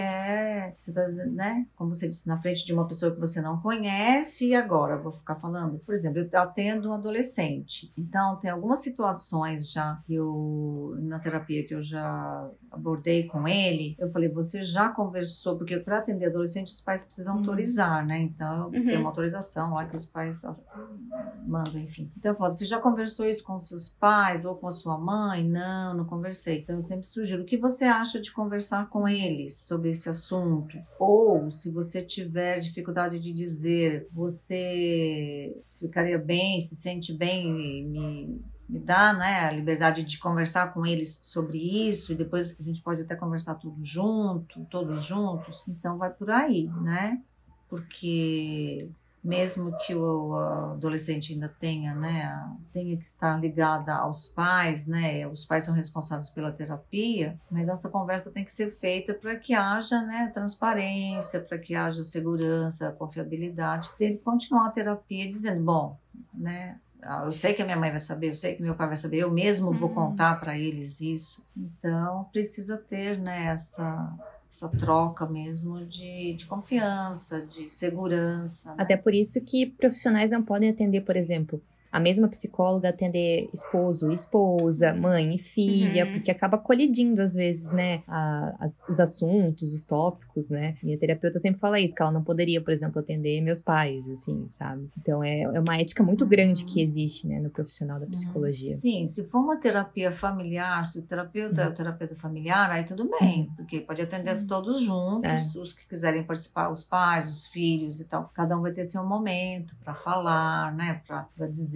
né? Como você disse, na frente de uma pessoa que você não conhece, e agora eu vou ficar falando. Por exemplo, eu atendo um adolescente. Então, tem algumas situações já que na terapia que eu já abordei com ele, eu falei, você já conversou, porque para atender adolescente os pais precisam autorizar, né? Então, tem uma autorização lá que os pais mandam, enfim. Então, eu falo, você já conversou isso com os seus pais ou com a sua mãe? Não conversei. Então, eu sempre sugiro, o que você acha de conversar com eles sobre esse assunto? Ou, se você tiver dificuldade de dizer, você ficaria bem, se sente bem, me dá, né, a liberdade de conversar com eles sobre isso, e depois a gente pode até conversar todos juntos. Então, vai por aí, né? Porque mesmo que o adolescente ainda tenha que estar ligada aos pais, né? Os pais são responsáveis pela terapia, mas essa conversa tem que ser feita para que haja, né, transparência, para que haja segurança, confiabilidade. Tem que continuar a terapia dizendo, bom, né? Eu sei que a minha mãe vai saber, eu sei que meu pai vai saber, eu mesmo vou contar para eles isso. Então, precisa ter, né, essa troca mesmo de confiança, de segurança. Né? Até por isso que profissionais não podem atender, por exemplo, a mesma psicóloga atender esposo, esposa, mãe e filha, porque acaba colidindo às vezes, né, os assuntos, os tópicos, né. Minha terapeuta sempre fala isso, que ela não poderia, por exemplo, atender meus pais, assim, sabe. Então é uma ética muito grande que existe, né, no profissional da psicologia. Sim, se for uma terapia familiar, se o terapeuta é o terapeuta familiar, aí tudo bem, porque pode atender todos juntos, os que quiserem participar, os pais, os filhos e tal. Cada um vai ter seu momento para falar, né, para dizer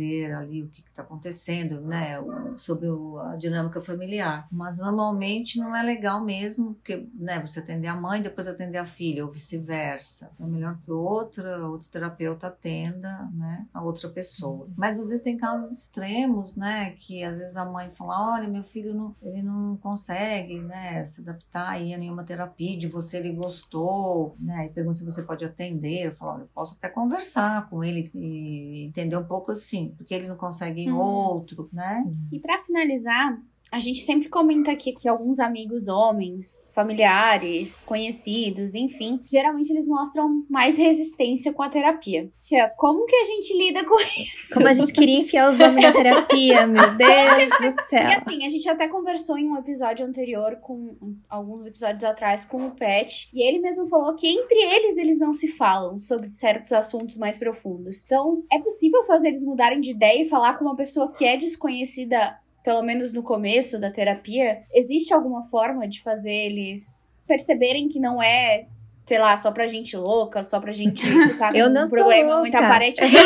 ver ali o que está acontecendo, né, sobre a dinâmica familiar. Mas normalmente não é legal mesmo, porque, né, você atender a mãe, depois atender a filha, ou vice-versa. Então é melhor que outro terapeuta atenda, né, a outra pessoa. Mas às vezes tem casos extremos, né, que às vezes a mãe fala, olha, meu filho ele não consegue, né, se adaptar aí a nenhuma terapia, de você ele gostou, né, e pergunta se você pode atender. Eu falo, olha, eu posso até conversar com ele e entender um pouco assim, porque ele não consegue em outro, né? E pra finalizar, a gente sempre comenta aqui que alguns amigos homens, familiares, conhecidos, enfim, geralmente eles mostram mais resistência com a terapia. Tia, como que a gente lida com isso? Como a gente queria enfiar os homens na terapia, meu Deus do céu. E assim, a gente até conversou em um episódio anterior, alguns episódios atrás, com o Pet, e ele mesmo falou que entre eles não se falam sobre certos assuntos mais profundos. Então, é possível fazer eles mudarem de ideia e falar com uma pessoa que é desconhecida, pelo menos no começo da terapia? Existe alguma forma de fazer eles perceberem que não é, sei lá, só pra gente louca, só pra gente que tá com um problema muito aparente? Enfim,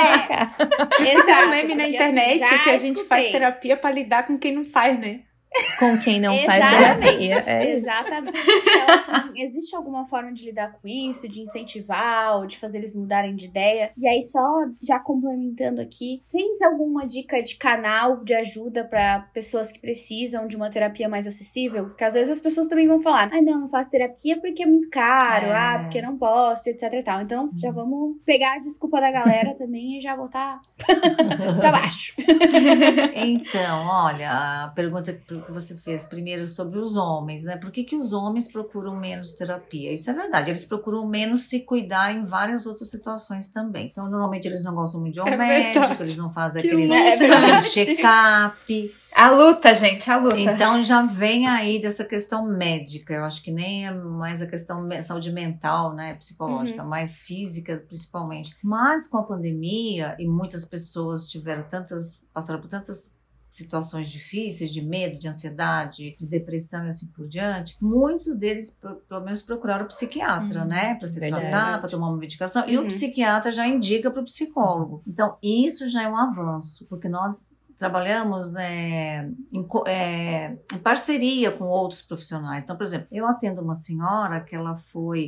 Esse é um meme na internet assim, que a gente faz terapia pra lidar com quem não faz, né? Com quem não faz terapia. Exatamente. Então, assim, existe alguma forma de lidar com isso, de incentivar, ou de fazer eles mudarem de ideia? E aí, só já complementando aqui, tens alguma dica de canal de ajuda pra pessoas que precisam de uma terapia mais acessível? Porque às vezes as pessoas também vão falar, não faço terapia porque é muito caro, porque não posso, etc e tal. Então, já vamos pegar a desculpa da galera também e já botar pra baixo. Então, olha, a pergunta que você fez primeiro sobre os homens, né? Por que os homens procuram menos terapia? Isso é verdade, eles procuram menos se cuidar em várias outras situações também. Então, normalmente eles não gostam muito de um médico, eles não fazem aqueles check-up. A luta, gente, a luta. Então já vem aí dessa questão médica. Eu acho que nem é mais a questão saúde mental, né, psicológica, mais física principalmente. Mas com a pandemia, e muitas pessoas passaram por tantas situações difíceis, de medo, de ansiedade, de depressão e assim por diante, muitos deles, pelo menos, procuraram o psiquiatra, né? Para se tratar, para tomar uma medicação. E o psiquiatra já indica para o psicólogo. Então, isso já é um avanço, porque nós trabalhamos em parceria com outros profissionais. Então, por exemplo, eu atendo uma senhora que ela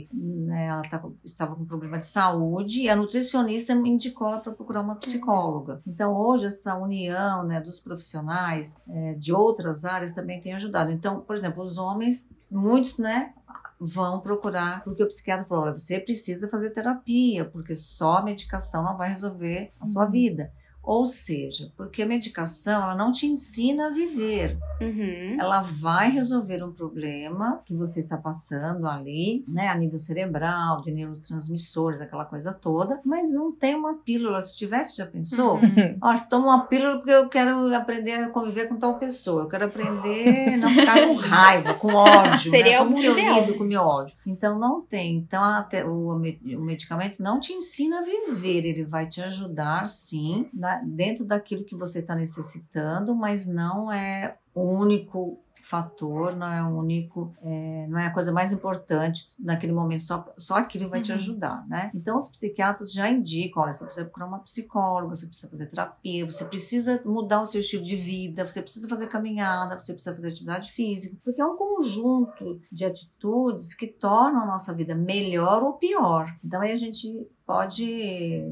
estava com problema de saúde e a nutricionista me indicou ela para procurar uma psicóloga. Então, hoje, essa união, né, dos profissionais de outras áreas também tem ajudado. Então, por exemplo, os homens, muitos, né, vão procurar, porque o psiquiatra falou, olha, você precisa fazer terapia, porque só a medicação não vai resolver a sua vida. Ou seja, porque a medicação, ela não te ensina a viver. Ela vai resolver um problema que você está passando ali, né, a nível cerebral, de neurotransmissores, aquela coisa toda, mas não tem uma pílula. Se tivesse, já pensou? Ó, você toma uma pílula porque eu quero aprender a conviver com tal pessoa, eu quero aprender a não ficar com raiva, com ódio. Seria Como que eu ideal. lido com o meu ódio? Então não tem. Então o medicamento não te ensina a viver, ele vai te ajudar, sim, dentro daquilo que você está necessitando, mas não é o único fator, não é o único, não é a coisa mais importante naquele momento, só aquilo vai te ajudar, né? Então os psiquiatras já indicam, olha, você precisa procurar uma psicóloga, você precisa fazer terapia, você precisa mudar o seu estilo de vida, você precisa fazer caminhada, você precisa fazer atividade física, porque é um conjunto de atitudes que tornam a nossa vida melhor ou pior. Então aí a gente pode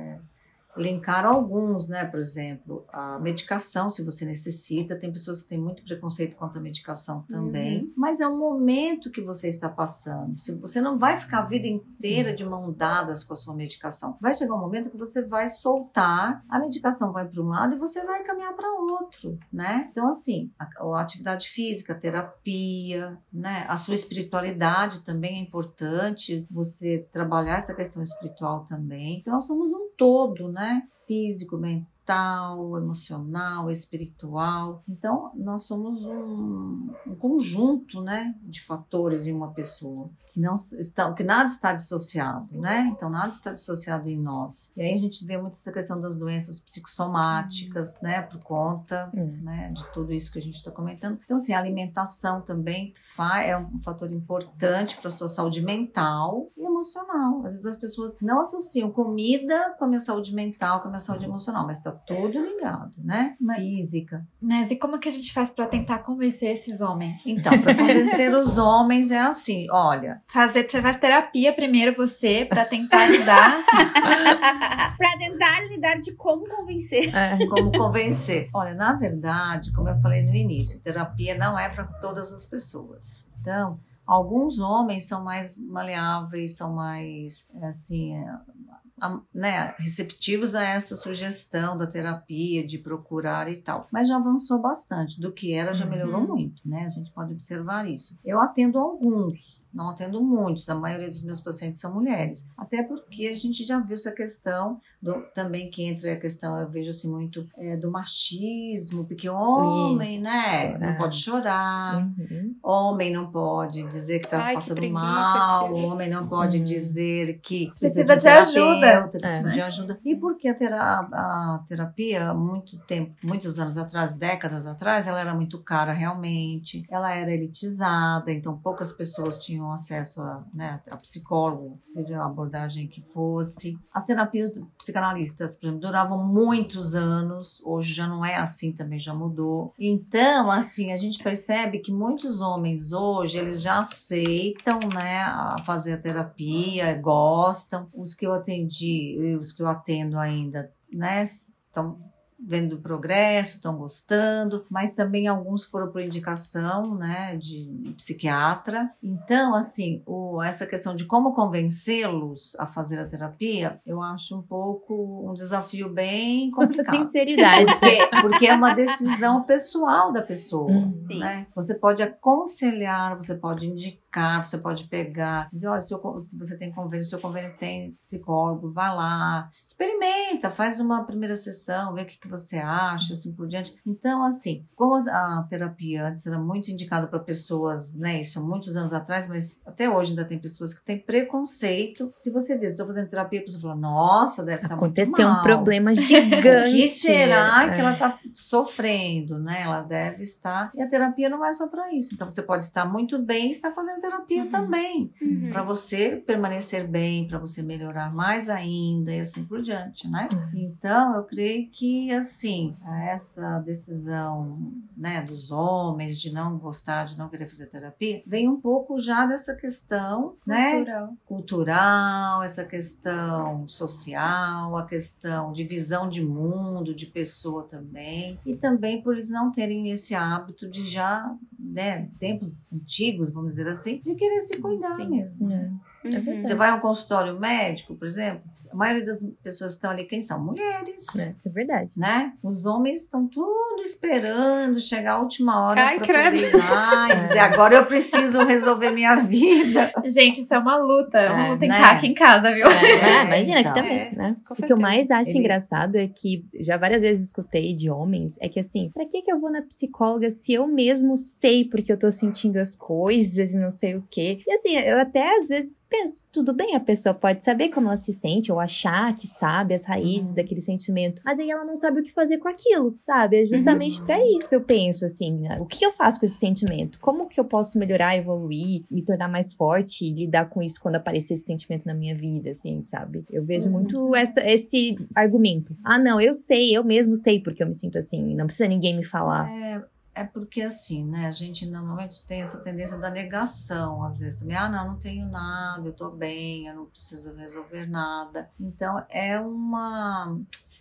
linkar alguns, né? Por exemplo, a medicação, se você necessita. Tem pessoas que têm muito preconceito quanto à medicação também. Mas é um momento que você está passando. Se você não vai ficar a vida inteira de mão dadas com a sua medicação. Vai chegar um momento que você vai soltar, a medicação vai para um lado e você vai caminhar para outro, né? Então, assim, a atividade física, a terapia, né? A sua espiritualidade também é importante. Você trabalhar essa questão espiritual também. Então, nós somos um todo, né? Físico, mental, emocional, espiritual. Então, nós somos um conjunto, né, de fatores em uma pessoa. Que nada está dissociado, né? Então, nada está dissociado em nós. E aí a gente vê muito essa questão das doenças psicossomáticas, né? Por conta né, de tudo isso que a gente está comentando. Então, assim, a alimentação também é um fator importante para a sua saúde mental e emocional. Às vezes as pessoas não associam comida com a minha saúde mental, com a minha saúde emocional, mas está tudo ligado, né? Física. Mas e como que a gente faz pra tentar convencer esses homens? Então, para convencer os homens é assim, olha... Você faz terapia primeiro você, pra tentar lidar... Pra tentar lidar de como convencer. Como convencer. Olha, na verdade, como eu falei no início, terapia não é para todas as pessoas. Então, alguns homens são mais maleáveis, são mais, assim, né, receptivos a essa sugestão da terapia, de procurar e tal. Mas já avançou bastante. Do que era, já melhorou muito, né? A gente pode observar isso. Eu atendo alguns, não atendo muitos. A maioria dos meus pacientes são mulheres. Até porque a gente já viu essa questão, também que entra a questão, eu vejo assim muito, do machismo, porque o homem, Isso, né, não pode chorar, homem não pode dizer que está passando preguiça, mal, tia. o homem não pode dizer que Precisa de ajuda. precisa de ajuda. E porque a terapia, muitos anos atrás, décadas atrás, ela era muito cara realmente, ela era elitizada, então poucas pessoas tinham acesso a psicólogo, seja a abordagem que fosse. As terapias psicanalistas, por exemplo, duravam muitos anos, hoje já não é assim, também já mudou. Então, assim, a gente percebe que muitos homens hoje, eles já aceitam, né, a fazer a terapia, gostam. Os que eu atendi e os que eu atendo ainda, né, estão vendo o progresso, estão gostando, mas também alguns foram por indicação, né, de psiquiatra. Então, assim, essa questão de como convencê-los a fazer a terapia, eu acho um pouco um desafio bem complicado. Sinceridade. Porque é uma decisão pessoal da pessoa, Sim. né? Você pode aconselhar, você pode indicar, você pode pegar, dizer, olha, se você tem convênio, seu convênio tem psicólogo, vai lá, experimenta, faz uma primeira sessão, vê o que você acha, assim por diante. Então, assim, como a terapia antes era muito indicada para pessoas, né, isso há muitos anos atrás, mas até hoje ainda tem pessoas que têm preconceito. Se você diz, estou fazendo terapia, a pessoa fala, nossa, deve estar muito mal. Aconteceu um problema gigante. O que será que ela está sofrendo, né? Ela deve estar... E a terapia não é só para isso. Então, você pode estar muito bem e estar fazendo terapia também. Para você permanecer bem, para você melhorar mais ainda e assim por diante, né? Então, eu creio que, assim, essa decisão, né, dos homens de não gostar, de não querer fazer terapia, vem um pouco já dessa questão, né? Cultural, essa questão social, a questão de visão de mundo, de pessoa também. E também por eles não terem esse hábito de já, né, tempos antigos, vamos dizer assim, de querer se cuidar mesmo. Você vai a um consultório médico, por exemplo, a maioria das pessoas que estão ali, quem são? Mulheres. Isso é verdade. Né? Os homens estão tudo esperando chegar a última hora para poder ir credo. lá e dizer, agora eu preciso resolver minha vida. Gente, isso é uma luta. Uma luta em né? aqui em casa, viu? Imagina então. que também, né? Com O que eu certeza. mais acho engraçado é que, já várias vezes escutei de homens, é que assim, pra que eu vou na psicóloga se eu mesmo sei porque eu tô sentindo as coisas e não sei o quê? E assim, eu até às vezes penso, tudo bem, a pessoa pode saber como ela se sente, ou achar que sabe as raízes daquele sentimento, mas aí ela não sabe o que fazer com aquilo, sabe? É justamente pra isso eu penso, assim, o que eu faço com esse sentimento? Como que eu posso melhorar, evoluir, me tornar mais forte e lidar com isso quando aparecer esse sentimento na minha vida, assim, sabe? Eu vejo muito esse argumento. Ah, não, eu sei, eu mesmo sei porque eu me sinto assim, não precisa ninguém me falar. É porque assim, né, a gente normalmente tem essa tendência da negação, às vezes também, não tenho nada, eu tô bem, eu não preciso resolver nada. Então, é uma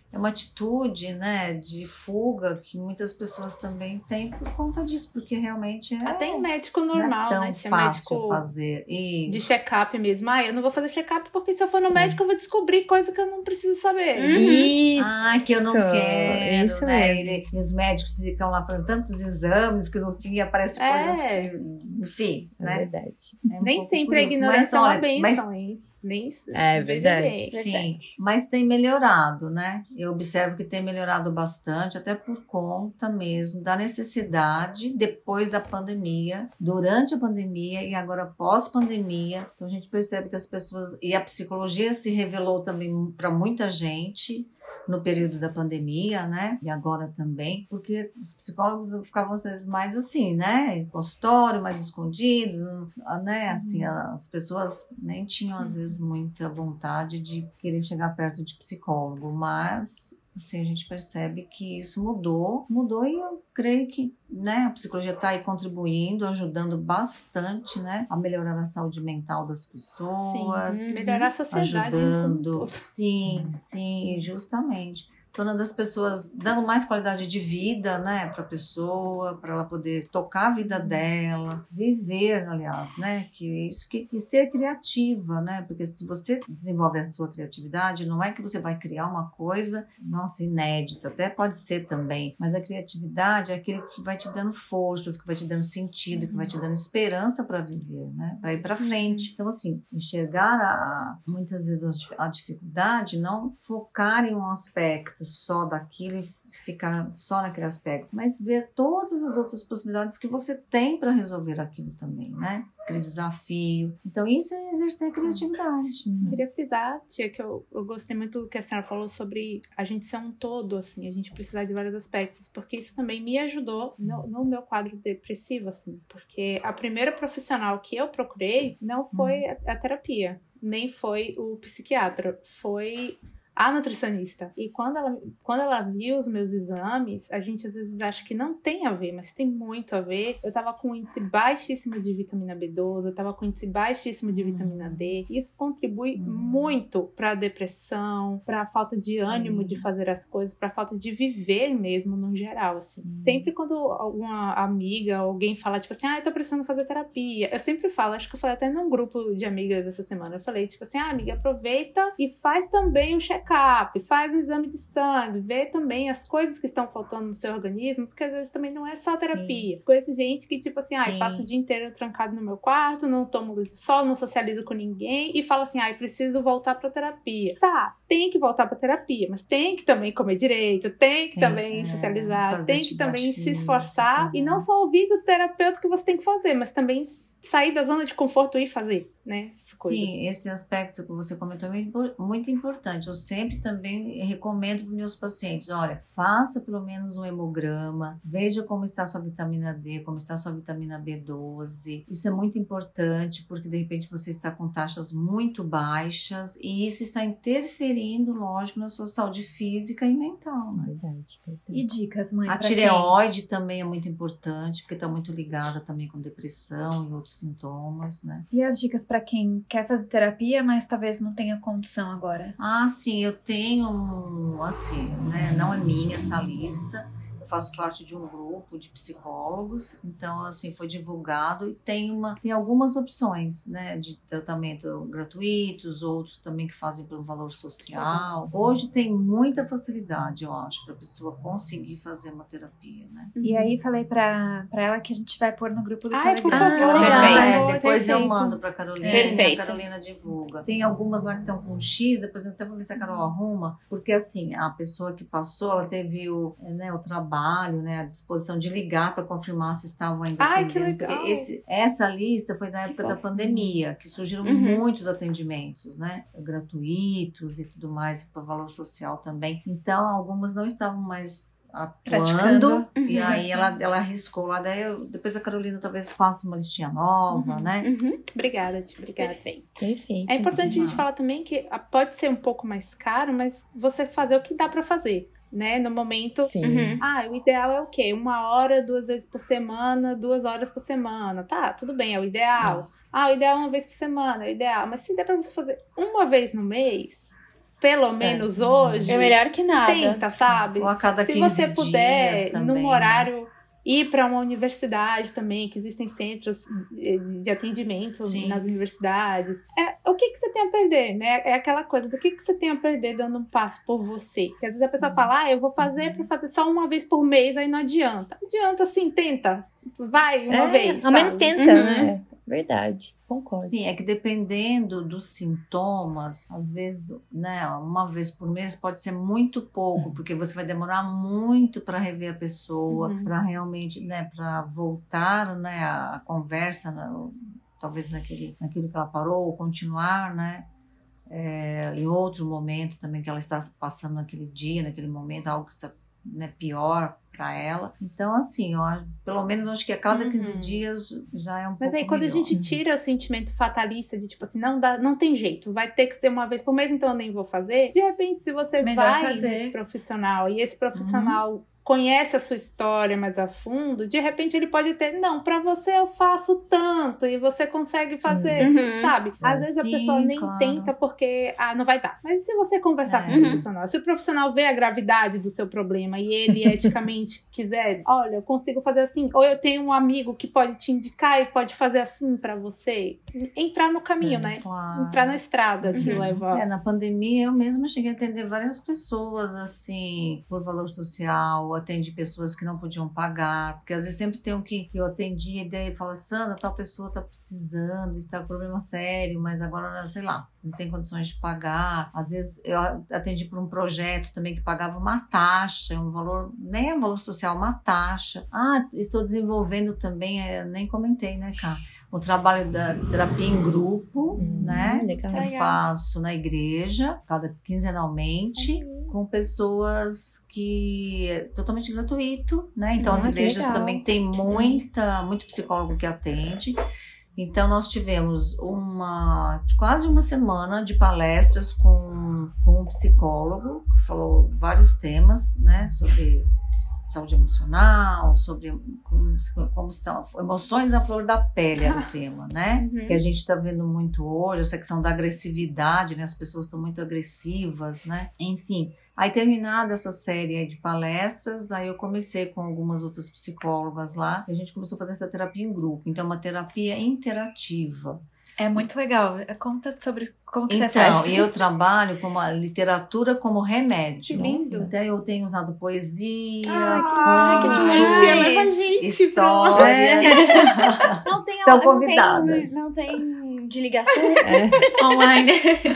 atitude, né, de fuga que muitas pessoas também têm por conta disso, porque realmente Até em médico não é normal, tão né? Tinha fácil médico fazer. de check-up mesmo. Eu não vou fazer check-up porque se eu for no médico eu vou descobrir coisa que eu não preciso saber. Isso! Que eu não quero, isso né? mesmo. E os médicos ficam lá fazendo tantos exames que no fim aparecem coisas que, enfim, É né? verdade. É um Nem pouco sempre por a isso. ignorância é uma olha, benção, hein? Nem É veja verdade. bem. Sim, mas tem melhorado, né? Eu observo que tem melhorado bastante, até por conta mesmo da necessidade depois da pandemia, durante a pandemia e agora pós-pandemia. Então a gente percebe que as pessoas... E a psicologia se revelou também para muita gente no período da pandemia, né? E agora também, porque os psicólogos ficavam às vezes mais assim, né? Em consultório, mais escondidos, né? Assim, as pessoas nem tinham às vezes muita vontade de querer chegar perto de psicólogo, mas assim, a gente percebe que isso mudou e eu creio que, né, a psicologia está aí contribuindo, ajudando bastante, né, a melhorar a saúde mental das pessoas. Sim, melhorar a sociedade. Ajudando. Sim, justamente. Tornando as pessoas, dando mais qualidade de vida, né, para a pessoa, para ela poder tocar a vida dela, viver, aliás, né, que isso que ser criativa, né, porque se você desenvolve a sua criatividade, não é que você vai criar uma coisa, nossa, inédita, até pode ser também, mas a criatividade é aquilo que vai te dando forças, que vai te dando sentido, que vai te dando esperança para viver, né, para ir para frente. Então, assim, enxergar muitas vezes a dificuldade, não focar em um aspecto só daquilo e ficar só naquele aspecto, mas ver todas as outras possibilidades que você tem para resolver aquilo também, né? Aquele desafio. Então, isso é exercer a criatividade. Queria frisar, tia, que eu gostei muito do que a senhora falou sobre a gente ser um todo, assim, a gente precisar de vários aspectos, porque isso também me ajudou no meu quadro depressivo, assim, porque a primeira profissional que eu procurei não foi a terapia, nem foi o psiquiatra, foi a nutricionista. E quando ela viu os meus exames, a gente às vezes acha que não tem a ver, mas tem muito a ver. Eu tava com um índice baixíssimo de vitamina B12, eu tava com um índice baixíssimo de vitamina D. E isso contribui muito pra depressão, pra falta de ânimo de fazer as coisas, pra falta de viver mesmo, no geral, assim. Sempre quando alguma amiga, alguém fala, tipo assim, eu tô precisando fazer terapia. Eu sempre falo, acho que eu falei até num grupo de amigas essa semana, eu falei, tipo assim, amiga, aproveita e faz também o check-up, faz um exame de sangue, vê também as coisas que estão faltando no seu organismo, porque às vezes também não é só terapia. Conheço gente que, tipo assim, passo o dia inteiro trancado no meu quarto, não tomo luz do sol, não socializo com ninguém e fala assim, preciso voltar pra terapia. Tá, tem que voltar pra terapia, mas tem que também comer direito, tem que também socializar, tem que também se esforçar e não só ouvir do terapeuta que você tem que fazer, mas também sair da zona de conforto e fazer, né, essas coisas. Sim, esse aspecto que você comentou é muito importante. Eu sempre também recomendo para meus pacientes, olha, faça pelo menos um hemograma, veja como está a sua vitamina D, como está a sua vitamina B12. Isso é muito importante, porque de repente você está com taxas muito baixas e isso está interferindo, lógico, na sua saúde física e mental, né? Verdade. E dicas, mãe? A tireoide também é muito importante, porque está muito ligada também com depressão e outros sintomas, né? E as dicas para quem quer fazer terapia, mas talvez não tenha condição agora? Sim, eu tenho, assim, né, não é minha essa lista, eu faço parte de um grupo de psicólogos, então, assim, foi divulgado e tem algumas opções, né, de tratamento gratuitos, outros também que fazem por um valor social. Hoje tem muita facilidade, eu acho, para a pessoa conseguir fazer uma terapia, né? E aí falei pra ela que a gente vai pôr no grupo do Telegram. Por favor. Depois eu Perfeito. mando pra Carolina e a Carolina divulga. Tem algumas lá que estão com X, depois eu até vou ver se a Carol arruma, porque assim, a pessoa que passou, ela teve o trabalho, né, a disposição de ligar para confirmar se estavam ainda atendendo. Que legal. Porque essa lista foi da época da pandemia, que surgiram muitos atendimentos, né, gratuitos e tudo mais, por valor social também. Então, algumas não estavam mais atuando, e aí ela arriscou lá, depois a Carolina talvez faça uma listinha nova, né? Obrigada, tia, obrigada. Perfeito. É importante a gente falar também que pode ser um pouco mais caro, mas você fazer o que dá pra fazer, né? No momento, Sim. o ideal é o quê? 1 hora, 2 vezes por semana, 2 horas por semana. Tá, tudo bem, é o ideal. O ideal é 1 vez por semana, é o ideal. Mas se der pra você fazer 1 vez no mês, pelo menos hoje... É melhor que nada. Tenta, sabe? Ou a cada 15 dias. Se você puder, também, num horário... Ir para uma universidade também, que existem centros de atendimento nas universidades. O que você tem a perder, né? É aquela coisa do que você tem a perder dando um passo por você. Porque às vezes a pessoa fala, eu vou fazer para fazer só 1 vez por mês, aí não adianta. Adianta sim, tenta. Vai uma vez. Ao menos tenta, né? Verdade, concordo. Sim, é que dependendo dos sintomas, às vezes, né, 1 vez por mês pode ser muito pouco, porque você vai demorar muito para rever a pessoa, para realmente, né, para voltar, né, a conversa, né, talvez naquilo que ela parou, ou continuar, né, em outro momento também que ela está passando naquele dia, naquele momento, algo que está né, pior para ela. Então, assim, pelo menos acho que a cada 15 dias já é um pouco Mas aí, quando melhor. a gente tira o sentimento fatalista de, tipo assim, não tem jeito, vai ter que ser uma vez por mês, então eu nem vou fazer. De repente, se você vai nesse profissional e esse profissional conhece a sua história mais a fundo, de repente ele pode ter, não, pra você eu faço tanto e você consegue fazer, sabe? Às vezes a pessoa nem tenta porque, não vai dar. Mas se você conversar com o profissional, se o profissional vê a gravidade do seu problema e ele eticamente quiser, olha, eu consigo fazer assim, ou eu tenho um amigo que pode te indicar e pode fazer assim pra você, entrar no caminho, né? Claro. Entrar na estrada que leva... Na pandemia eu mesma cheguei a atender várias pessoas, assim, por valor social, atendi pessoas que não podiam pagar, porque às vezes sempre tem um que eu atendi e daí fala, Sandra, tal pessoa tá precisando, está com problema sério, mas agora, sei lá, não tem condições de pagar. Às vezes eu atendi por um projeto também que pagava uma taxa, um valor, nem é valor social, uma taxa. Estou desenvolvendo também, nem comentei, né, Cá? O trabalho da terapia em grupo, né? Legal. Eu faço na igreja, quinzenalmente, com pessoas que é totalmente gratuito, né? Então as igrejas também têm muito psicólogo que atende. Então nós tivemos quase uma semana de palestras com um psicólogo que falou vários temas, né? Sobre saúde emocional, sobre como estão emoções à flor da pele era o tema, né? Que a gente está vendo muito hoje, essa questão da agressividade, né? As pessoas estão muito agressivas, né? Enfim, aí terminada essa série aí de palestras, aí eu comecei com algumas outras psicólogas lá, e a gente começou a fazer essa terapia em grupo. Então, uma terapia interativa. É muito legal. Conta sobre como que você faz. Então, eu trabalho com a literatura como remédio. Que lindo. Então, eu tenho usado poesia, que demais. Histórias. Não tem, Estão convidadas. Não tem de ligação. Online.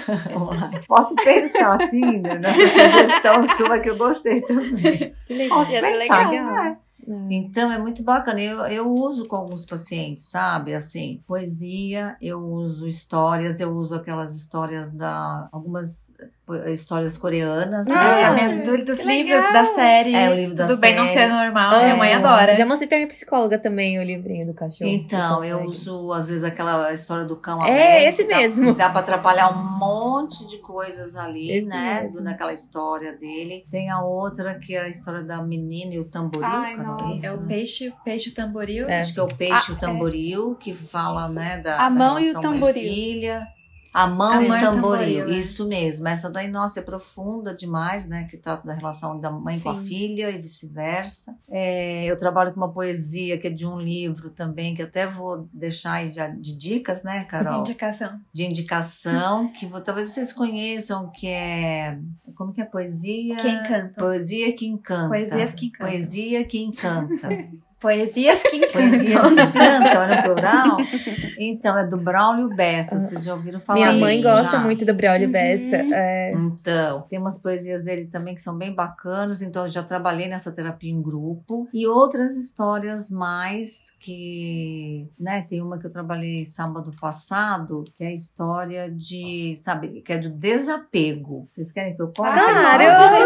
Posso pensar, assim, nessa sugestão sua que eu gostei também. Posso pensar. Legal. Então, é muito bacana. Eu uso com alguns pacientes, sabe? Assim, poesia, eu uso histórias, eu uso aquelas histórias algumas histórias coreanas, né? Dos livros da série. O livro da Tudo série. Bem Não Ser Normal. Minha mãe adora. Já mostrei pra minha psicóloga também o livrinho do cachorro. Então, eu uso, às vezes, aquela história do cão esse mesmo. Dá pra atrapalhar um monte de coisas ali, né? Naquela história dele. Tem a outra, que é a história da menina e o tamboril. É o peixe e o tamboril. Acho que é o peixe e o tamboril, que fala, né, a mão e o relação tamboril. mãe-filha. A mão e o tamboril, isso mesmo. Essa daí, nossa, é profunda demais, né? Que trata da relação da mãe com a filha e vice-versa. Eu trabalho com uma poesia que é de um livro também, que até vou deixar aí de dicas, né, Carol? De indicação, que talvez vocês conheçam, que é... Como que é a poesia? Que encanta. Poesia que encanta. Poesias que encantam. Poesia que encanta. Poesias que encantam. Poesias que encantam, é no plural? Então, é do Braulio Bessa, vocês já ouviram falar? Minha mãe gosta muito do Braulio Bessa. Então, tem umas poesias dele também que são bem bacanas, então eu já trabalhei nessa terapia em grupo. E outras histórias mais que, né, tem uma que eu trabalhei sábado passado, que é a história de, sabe, que é do desapego. Vocês querem que eu conte? Claro!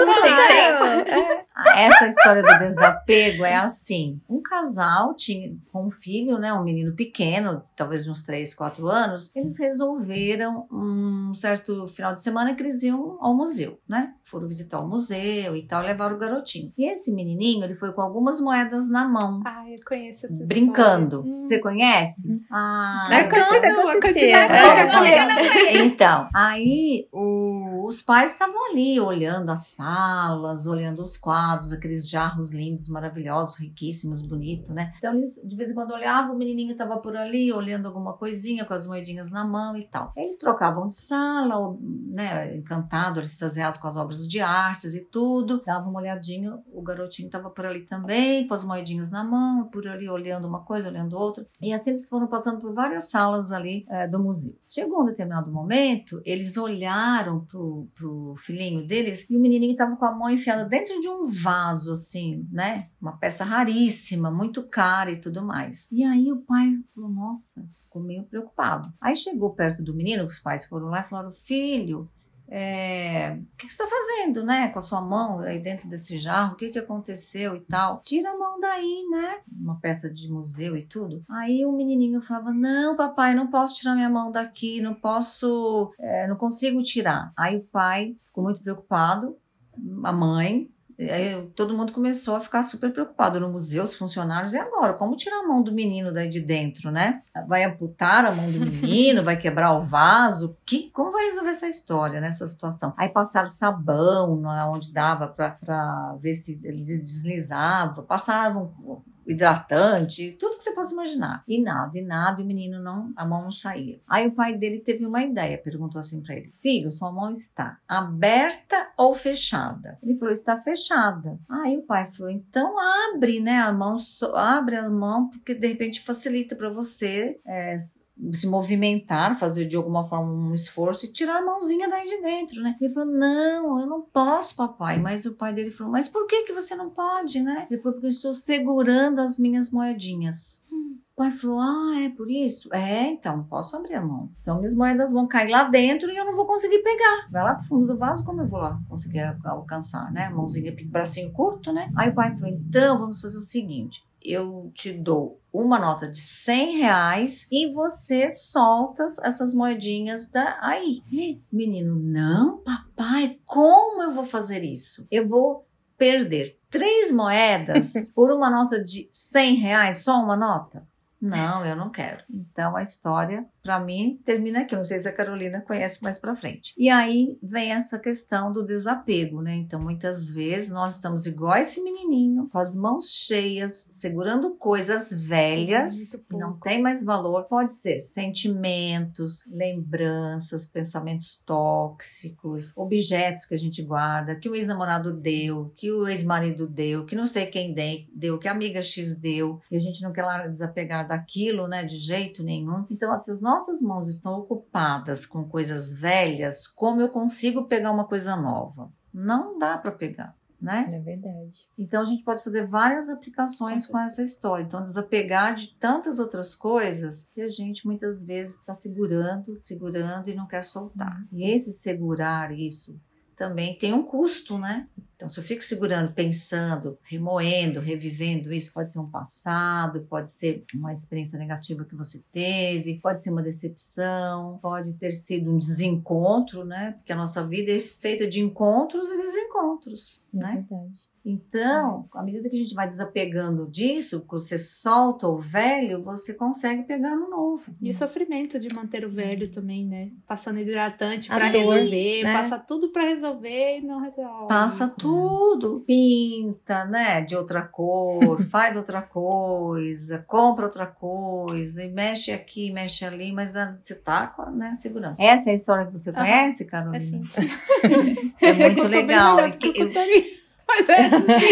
Essa história do desapego é assim, um casal tinha com um filho, né, um menino pequeno, talvez de uns 3, 4 anos, eles resolveram um certo final de semana que eles iam ao museu, né? Foram visitar o museu e tal, levaram o garotinho. E esse menininho, ele foi com algumas moedas na mão. Eu conheço essa brincando. Você conhece? Mas continua. Então, aí os pais estavam ali olhando as salas, olhando os quadros, aqueles jarros lindos, maravilhosos, riquíssimos, bonitos, né? Então, eles de vez em quando olhavam, o menininho estava por ali, olhando alguma coisinha, com as moedinhas na mão e tal. Eles trocavam de sala, né, encantado, extasiado com as obras de artes e tudo. Dava uma olhadinha, o garotinho estava por ali também, com as moedinhas na mão, por ali olhando uma coisa, olhando outra. E assim eles foram passando por várias salas ali do museu. Chegou um determinado momento, eles olharam pro filhinho deles e o menininho estava com a mão enfiada dentro de um vaso, assim, né? Uma peça raríssima, muito cara e tudo mais. E aí o pai falou, nossa, ficou meio preocupado. Aí chegou perto do menino, os pais foram lá e falaram, filho, o que você está fazendo, né? Com a sua mão aí dentro desse jarro, o que aconteceu e tal? Tira a mão daí, né? Uma peça de museu e tudo. Aí o menininho falava, não, papai, não posso tirar minha mão daqui, não consigo tirar. Aí o pai ficou muito preocupado, a mãe. Aí todo mundo começou a ficar super preocupado no museu, os funcionários, e agora? Como tirar a mão do menino daí de dentro, né? Vai amputar a mão do menino, vai quebrar o vaso? Como vai resolver essa história, nessa situação? Aí passaram sabão onde dava pra ver se eles deslizavam, passavam hidratante, tudo que você possa imaginar. E nada, e o menino a mão não saía. Aí o pai dele teve uma ideia, perguntou assim pra ele, filho, sua mão está aberta ou fechada? Ele falou, está fechada. Aí o pai falou, então abre, né, abre a mão, porque de repente facilita pra você se movimentar, fazer de alguma forma um esforço e tirar a mãozinha daí de dentro, né? Ele falou, não, eu não posso, papai. Mas o pai dele falou, mas por que você não pode, né? Ele falou, porque eu estou segurando as minhas moedinhas. O pai falou, é por isso? Então, não posso abrir a mão. Então, minhas moedas vão cair lá dentro e eu não vou conseguir pegar. Vai lá pro fundo do vaso, como eu vou lá conseguir alcançar, né? Mãozinha, bracinho curto, né? Aí o pai falou, então, vamos fazer o seguinte, eu te dou uma nota de R$100 e você solta essas moedinhas aí. Menino, não, papai, como eu vou fazer isso? Eu vou perder 3 moedas por uma nota de R$100, só uma nota? Não, eu não quero. Então a história, pra mim, termina aqui. Não sei se a Carolina conhece mais pra frente. E aí vem essa questão do desapego, né? Então muitas vezes nós estamos igual esse menininho, com as mãos cheias, segurando coisas velhas que não tem mais valor. Pode ser sentimentos, lembranças, pensamentos tóxicos, objetos que a gente guarda, que o ex-namorado deu, que o ex-marido deu, que não sei quem deu, que a amiga X deu, e a gente não quer lá desapegar daquilo, né, de jeito nenhum. Então, se as nossas mãos estão ocupadas com coisas velhas, como eu consigo pegar uma coisa nova? Não dá para pegar, né? É verdade. Então, a gente pode fazer várias aplicações com essa história. Então, desapegar de tantas outras coisas que a gente muitas vezes está segurando e não quer soltar. E esse segurar isso também tem um custo, né? Então, se eu fico segurando, pensando, remoendo, revivendo isso, pode ser um passado, pode ser uma experiência negativa que você teve, pode ser uma decepção, pode ter sido um desencontro, né? Porque a nossa vida é feita de encontros e desencontros, né? Verdade. Então, à medida que a gente vai desapegando disso, que você solta o velho, você consegue pegar no novo. E o sofrimento de manter o velho também, né? Passando hidratante A pra dor, resolver, né? passa tudo pra resolver e não resolve. Passa tudo, pinta, né, de outra cor, faz outra coisa, compra outra coisa, e mexe aqui, mexe ali, mas você tá, né, segurando. Essa é a história que você conhece, Carolina? É sim. É muito legal. Mas é.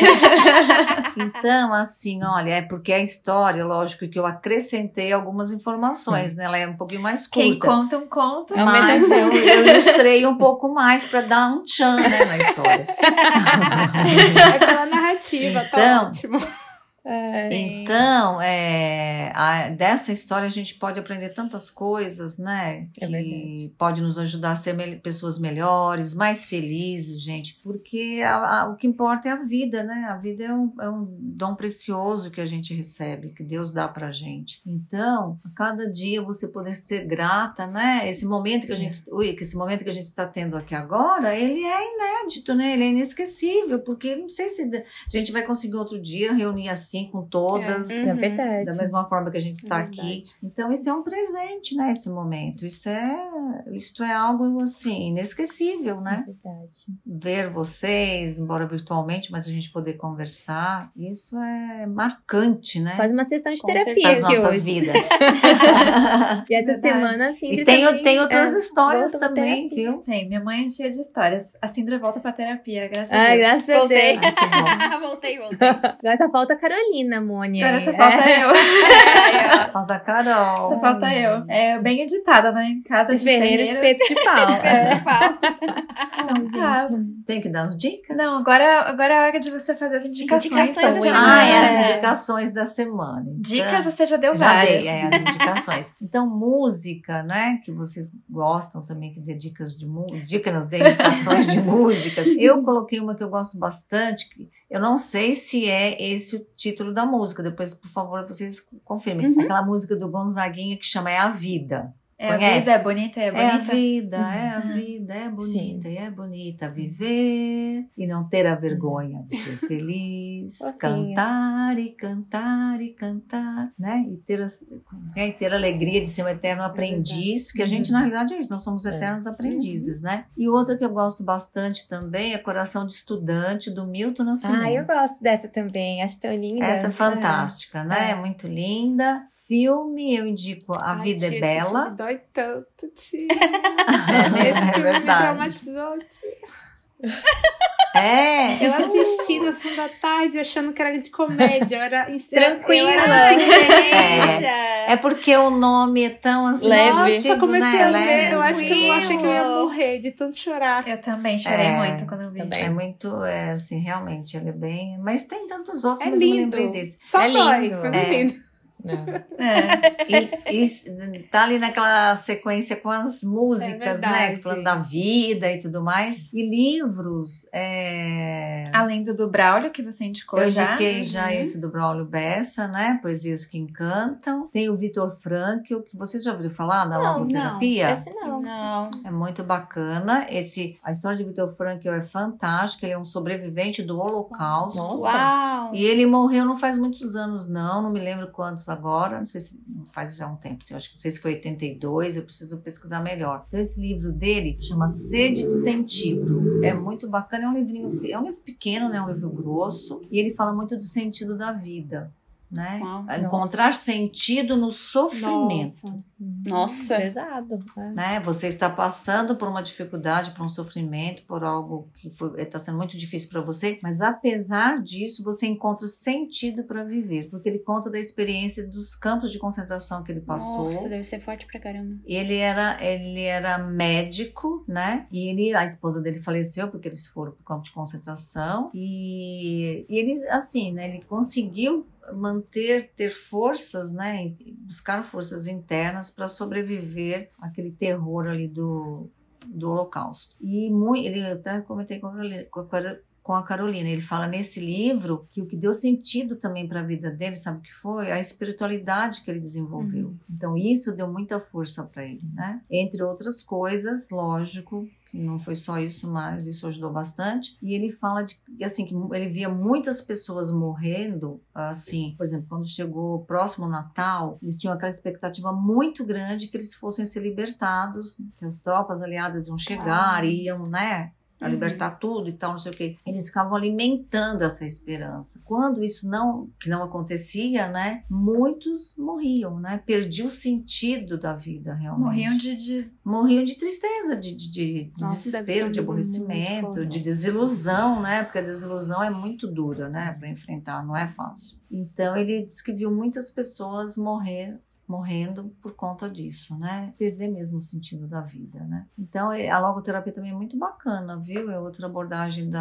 Então, assim, olha, é porque a história, lógico que eu acrescentei algumas informações, né? Ela é um pouquinho mais curta. Quem conta um conto. Mas eu ilustrei um pouco mais para dar um tchan, né, na história. É pela narrativa, então, tá ótimo. Então, dessa história a gente pode aprender tantas coisas, né? Que pode nos ajudar a ser pessoas melhores, mais felizes, gente. Porque o que importa é a vida, né? A vida é um dom precioso que a gente recebe, que Deus dá pra gente. Então, a cada dia você poder ser grata, né? Esse momento que a gente está tendo aqui agora, ele é inédito, né? Ele é inesquecível, porque não sei se a gente vai conseguir outro dia reunir assim com todas, É verdade. da mesma forma que a gente está aqui. Então, isso é um presente, né, esse momento. Isto é algo, assim, inesquecível, né? É verdade. Ver vocês, embora virtualmente, mas a gente poder conversar, isso é marcante, né? Faz uma sessão de Com terapia As aqui nossas hoje. vidas. E essa Verdade. semana, assim, E tem outras histórias volta pra também, terapia. viu? Tem, minha mãe é cheia de histórias. A Cindra volta pra terapia, graças a Ai, Deus. graças a Voltei. Deus. Voltei. Agora só falta a Carolina. Carolina, Mônica. Agora só falta eu. Falta a Carol. Só falta eu. É bem editada, né? Em casa de Ferreiro, ferreiro. espeto de pau. Tem que dar as dicas? Não, agora é a hora de você fazer as indicações. Indicações da Ah, semana. as indicações da semana. Então, Dicas você já deu já várias. dei, as indicações. Então, música, né? Que vocês gostam também que dê dicas de música, dê indicações de músicas. Eu coloquei uma que eu gosto bastante, que eu não sei se é esse o título da música. Depois, por favor, vocês confirmem. Aquela música do Gonzaguinha que chama É a Vida. É Conhece? a vida, é bonita, é bonita. É a vida, é bonita, e é bonita viver e não ter a vergonha de ser feliz, cantar e cantar e cantar, né? E ter a alegria de ser um eterno aprendiz, que a gente, na realidade, é isso, nós somos eternos aprendizes, né? E outra que eu gosto bastante também é Coração de Estudante, do Milton Nascimento. Ah, eu gosto dessa também, acho tão linda. Essa é fantástica, né? É muito linda. Filme, eu indico A Vida é Bela. Esse filme dói tanto, tia. É Esse filme me verdade. traumatizou, tia. É. Eu assisti na segunda tarde achando que era de comédia. Eu era Tranquila. Eu era Ai, que delícia! É porque o nome é tão assim, Leve. Nossa, sutil, comecei né? a ler. Leve. Eu acho que eu achei que eu ia morrer de tanto chorar. Eu também chorei É, muito quando eu vi. também. É muito, assim, realmente, ele é bem... Mas tem tantos outros, É mas eu me lindo. lembrei desse. Só É dói, lindo. mas É. é lindo. É. E tá ali naquela sequência com as músicas, né? verdade. Falando da vida e tudo mais. E livros, Além do Braulio, que você indicou eu já. indiquei já esse do Braulio Bessa, né? Poesias que Encantam. Tem o Vitor Frankl, que vocês já ouviram falar da logoterapia? Esse não. Não. É muito bacana. A história de Vitor Frankl é fantástica. Ele é um sobrevivente do Holocausto. Nossa. Uau! E ele morreu não faz muitos anos, não me lembro quantos agora, não sei se faz já um tempo, eu acho que não sei se foi 82, eu preciso pesquisar melhor. Então esse livro dele chama Sede de Sentido, é muito bacana, é um livro pequeno, né, um livro grosso, e ele fala muito do sentido da vida, né? Uau, Encontrar sentido no sofrimento. Nossa. Pesado. Né? Você está passando por uma dificuldade, por um sofrimento, por algo que está sendo muito difícil para você, mas apesar disso, você encontra sentido para viver, porque ele conta da experiência dos campos de concentração que ele passou. Nossa, deve ser forte pra caramba. Ele era médico, né? E a esposa dele faleceu porque eles foram para o campo de concentração. E ele, assim, né? Ele conseguiu ter forças, né? Buscar forças internas para sobreviver àquele terror ali do Holocausto. E ele até comentei com a Carolina, ele fala nesse livro que o que deu sentido também para a vida dele, sabe o que foi? A espiritualidade que ele desenvolveu. Então isso deu muita força para ele, né? Entre outras coisas, lógico, que não foi só isso, mas isso ajudou bastante. E ele fala assim, que ele via muitas pessoas morrendo, assim, por exemplo, quando chegou próximo ao Natal, eles tinham aquela expectativa muito grande que eles fossem ser libertados, que as tropas aliadas iam chegar e iam, né, a libertar tudo e tal, não sei o quê. Eles ficavam alimentando essa esperança. Quando isso não acontecia, né, muitos morriam, né, perdiam o sentido da vida realmente. Morriam de tristeza, de desespero, de aborrecimento, de desilusão, né, porque a desilusão é muito dura, né, para enfrentar, não é fácil. Então ele disse que viu muitas pessoas morrendo por conta disso, né? Perder mesmo o sentido da vida, né? Então, a logoterapia também é muito bacana, viu? É outra abordagem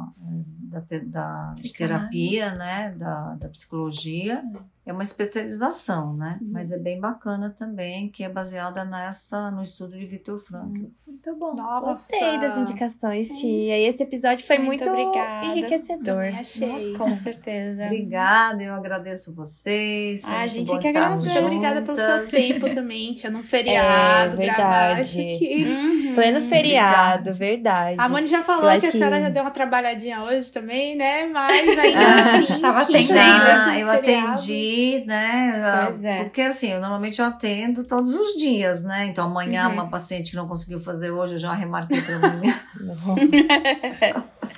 de terapia, né? Da psicologia. É uma especialização, né? Mas é bem bacana também, que é baseada no estudo de Vitor Frankl. Muito bom. Nossa. Gostei das indicações, tia. E esse episódio foi muito obrigada. enriquecedor. Também achei. Com certeza. Obrigada, eu agradeço vocês. Foi muito gente bom que estarmos agradece. Obrigada pelo seu juntas. tempo também, tia. Num feriado, gravar isso verdade. aqui. Pleno feriado, Obrigada. verdade. A Moni já falou Eu que acho a senhora que- já deu uma trabalhadinha hoje também, né? Mas ainda assim... Tava quinta, atendendo. ainda, Eu feriado. atendi, né? Pois é. Porque assim, normalmente eu atendo todos os dias, né? Então amanhã uma paciente que não conseguiu fazer hoje, eu já remarquei para amanhã.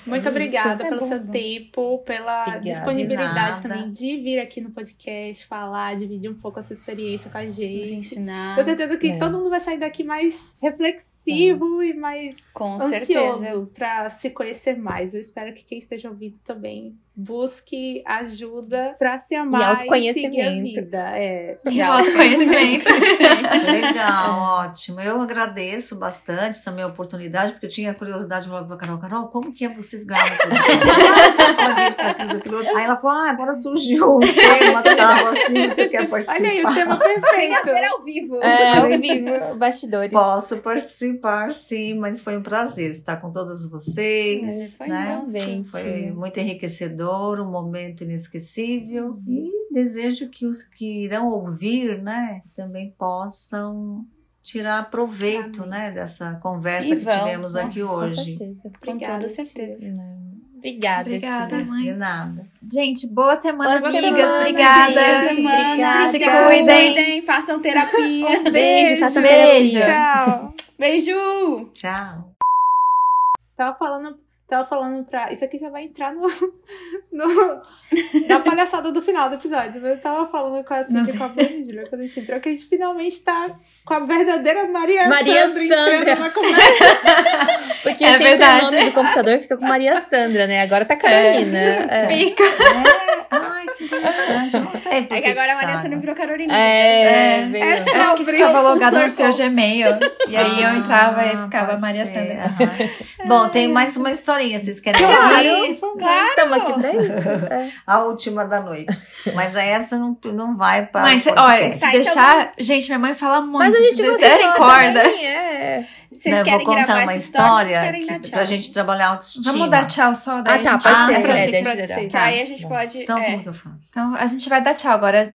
Muito obrigada É pelo bom, seu bom. tempo, pela Obrigada. disponibilidade De nada. também de vir aqui no podcast, falar, dividir um pouco a sua experiência com a Nos gente. ensinar. Tenho certeza que É. todo mundo vai sair daqui mais reflexivo e mais Com ansioso certeza. pra se conhecer mais. Eu espero que quem esteja ouvindo também busque ajuda pra se amar E seguir a autoconhecimento. vida. É. E autoconhecimento. Legal, ótimo. Eu agradeço bastante também a oportunidade, porque eu tinha curiosidade de falar pra Carol, como que é vocês gravam tudo? Daquilo outro. Aí ela falou, agora surgiu um tema tal, assim, você quer participar? Olha aí, o tema Tem a perfeito. ver ao vivo. Ao vivo, bastidores. Posso participar, sim, mas foi um prazer estar com todos vocês, Foi né? bom, Também, Foi tia. muito enriquecedor, um momento inesquecível e desejo que os que irão ouvir, né, também possam tirar proveito, né, dessa conversa E que vão, tivemos aqui nossa, Com hoje. certeza. Com Obrigada, toda certeza. Obrigada, Obrigada, tia. mãe. De nada. Gente, boa semana, Boa amigas. semana, Obrigada. gente. Semana, Obrigada. se Obrigada. cuidem, façam terapia. Beijo, façam Beijo. terapia. Tchau. Beijo! Tchau. Tava falando pra. Isso aqui já vai entrar na palhaçada do final do episódio. Mas eu tava falando com a Cindy e com a Bruna e Júlia quando a gente entrou, que a gente finalmente tá com a verdadeira Maria Sandra entrando na conversa. Porque É sempre verdade. o nome do computador fica com Maria Sandra, né? Agora tá Carolina. É. Fica. Ai, que interessante. Eu não sei por É que agora a Maria está. Sandra virou Carolina. Veio. Essa Acho é que o ficava brinco, logado no surfou. seu Gmail. E aí eu entrava e ficava pode Maria ser, Sandra. aham. Bom, tem mais uma historinha, vocês querem ouvir? Claro! Estamos aqui pra isso. É. A última da noite. Mas essa não vai para Mas, o olha, podcast. se Tá, deixar... Gente, minha mãe fala muito. Mas a gente se vai derem corda. Vocês Eu querem vou contar gravar uma essa história? Vocês história querem dar tchau? pra gente trabalhar a autoestima. Vamos dar tchau só. Daí Ah, tá, a gente pode Ah, ser. sim. É, Pode deixa eu ser. dar. Que aí a gente pode... Então, como que eu faço? Então, a gente vai dar tchau agora.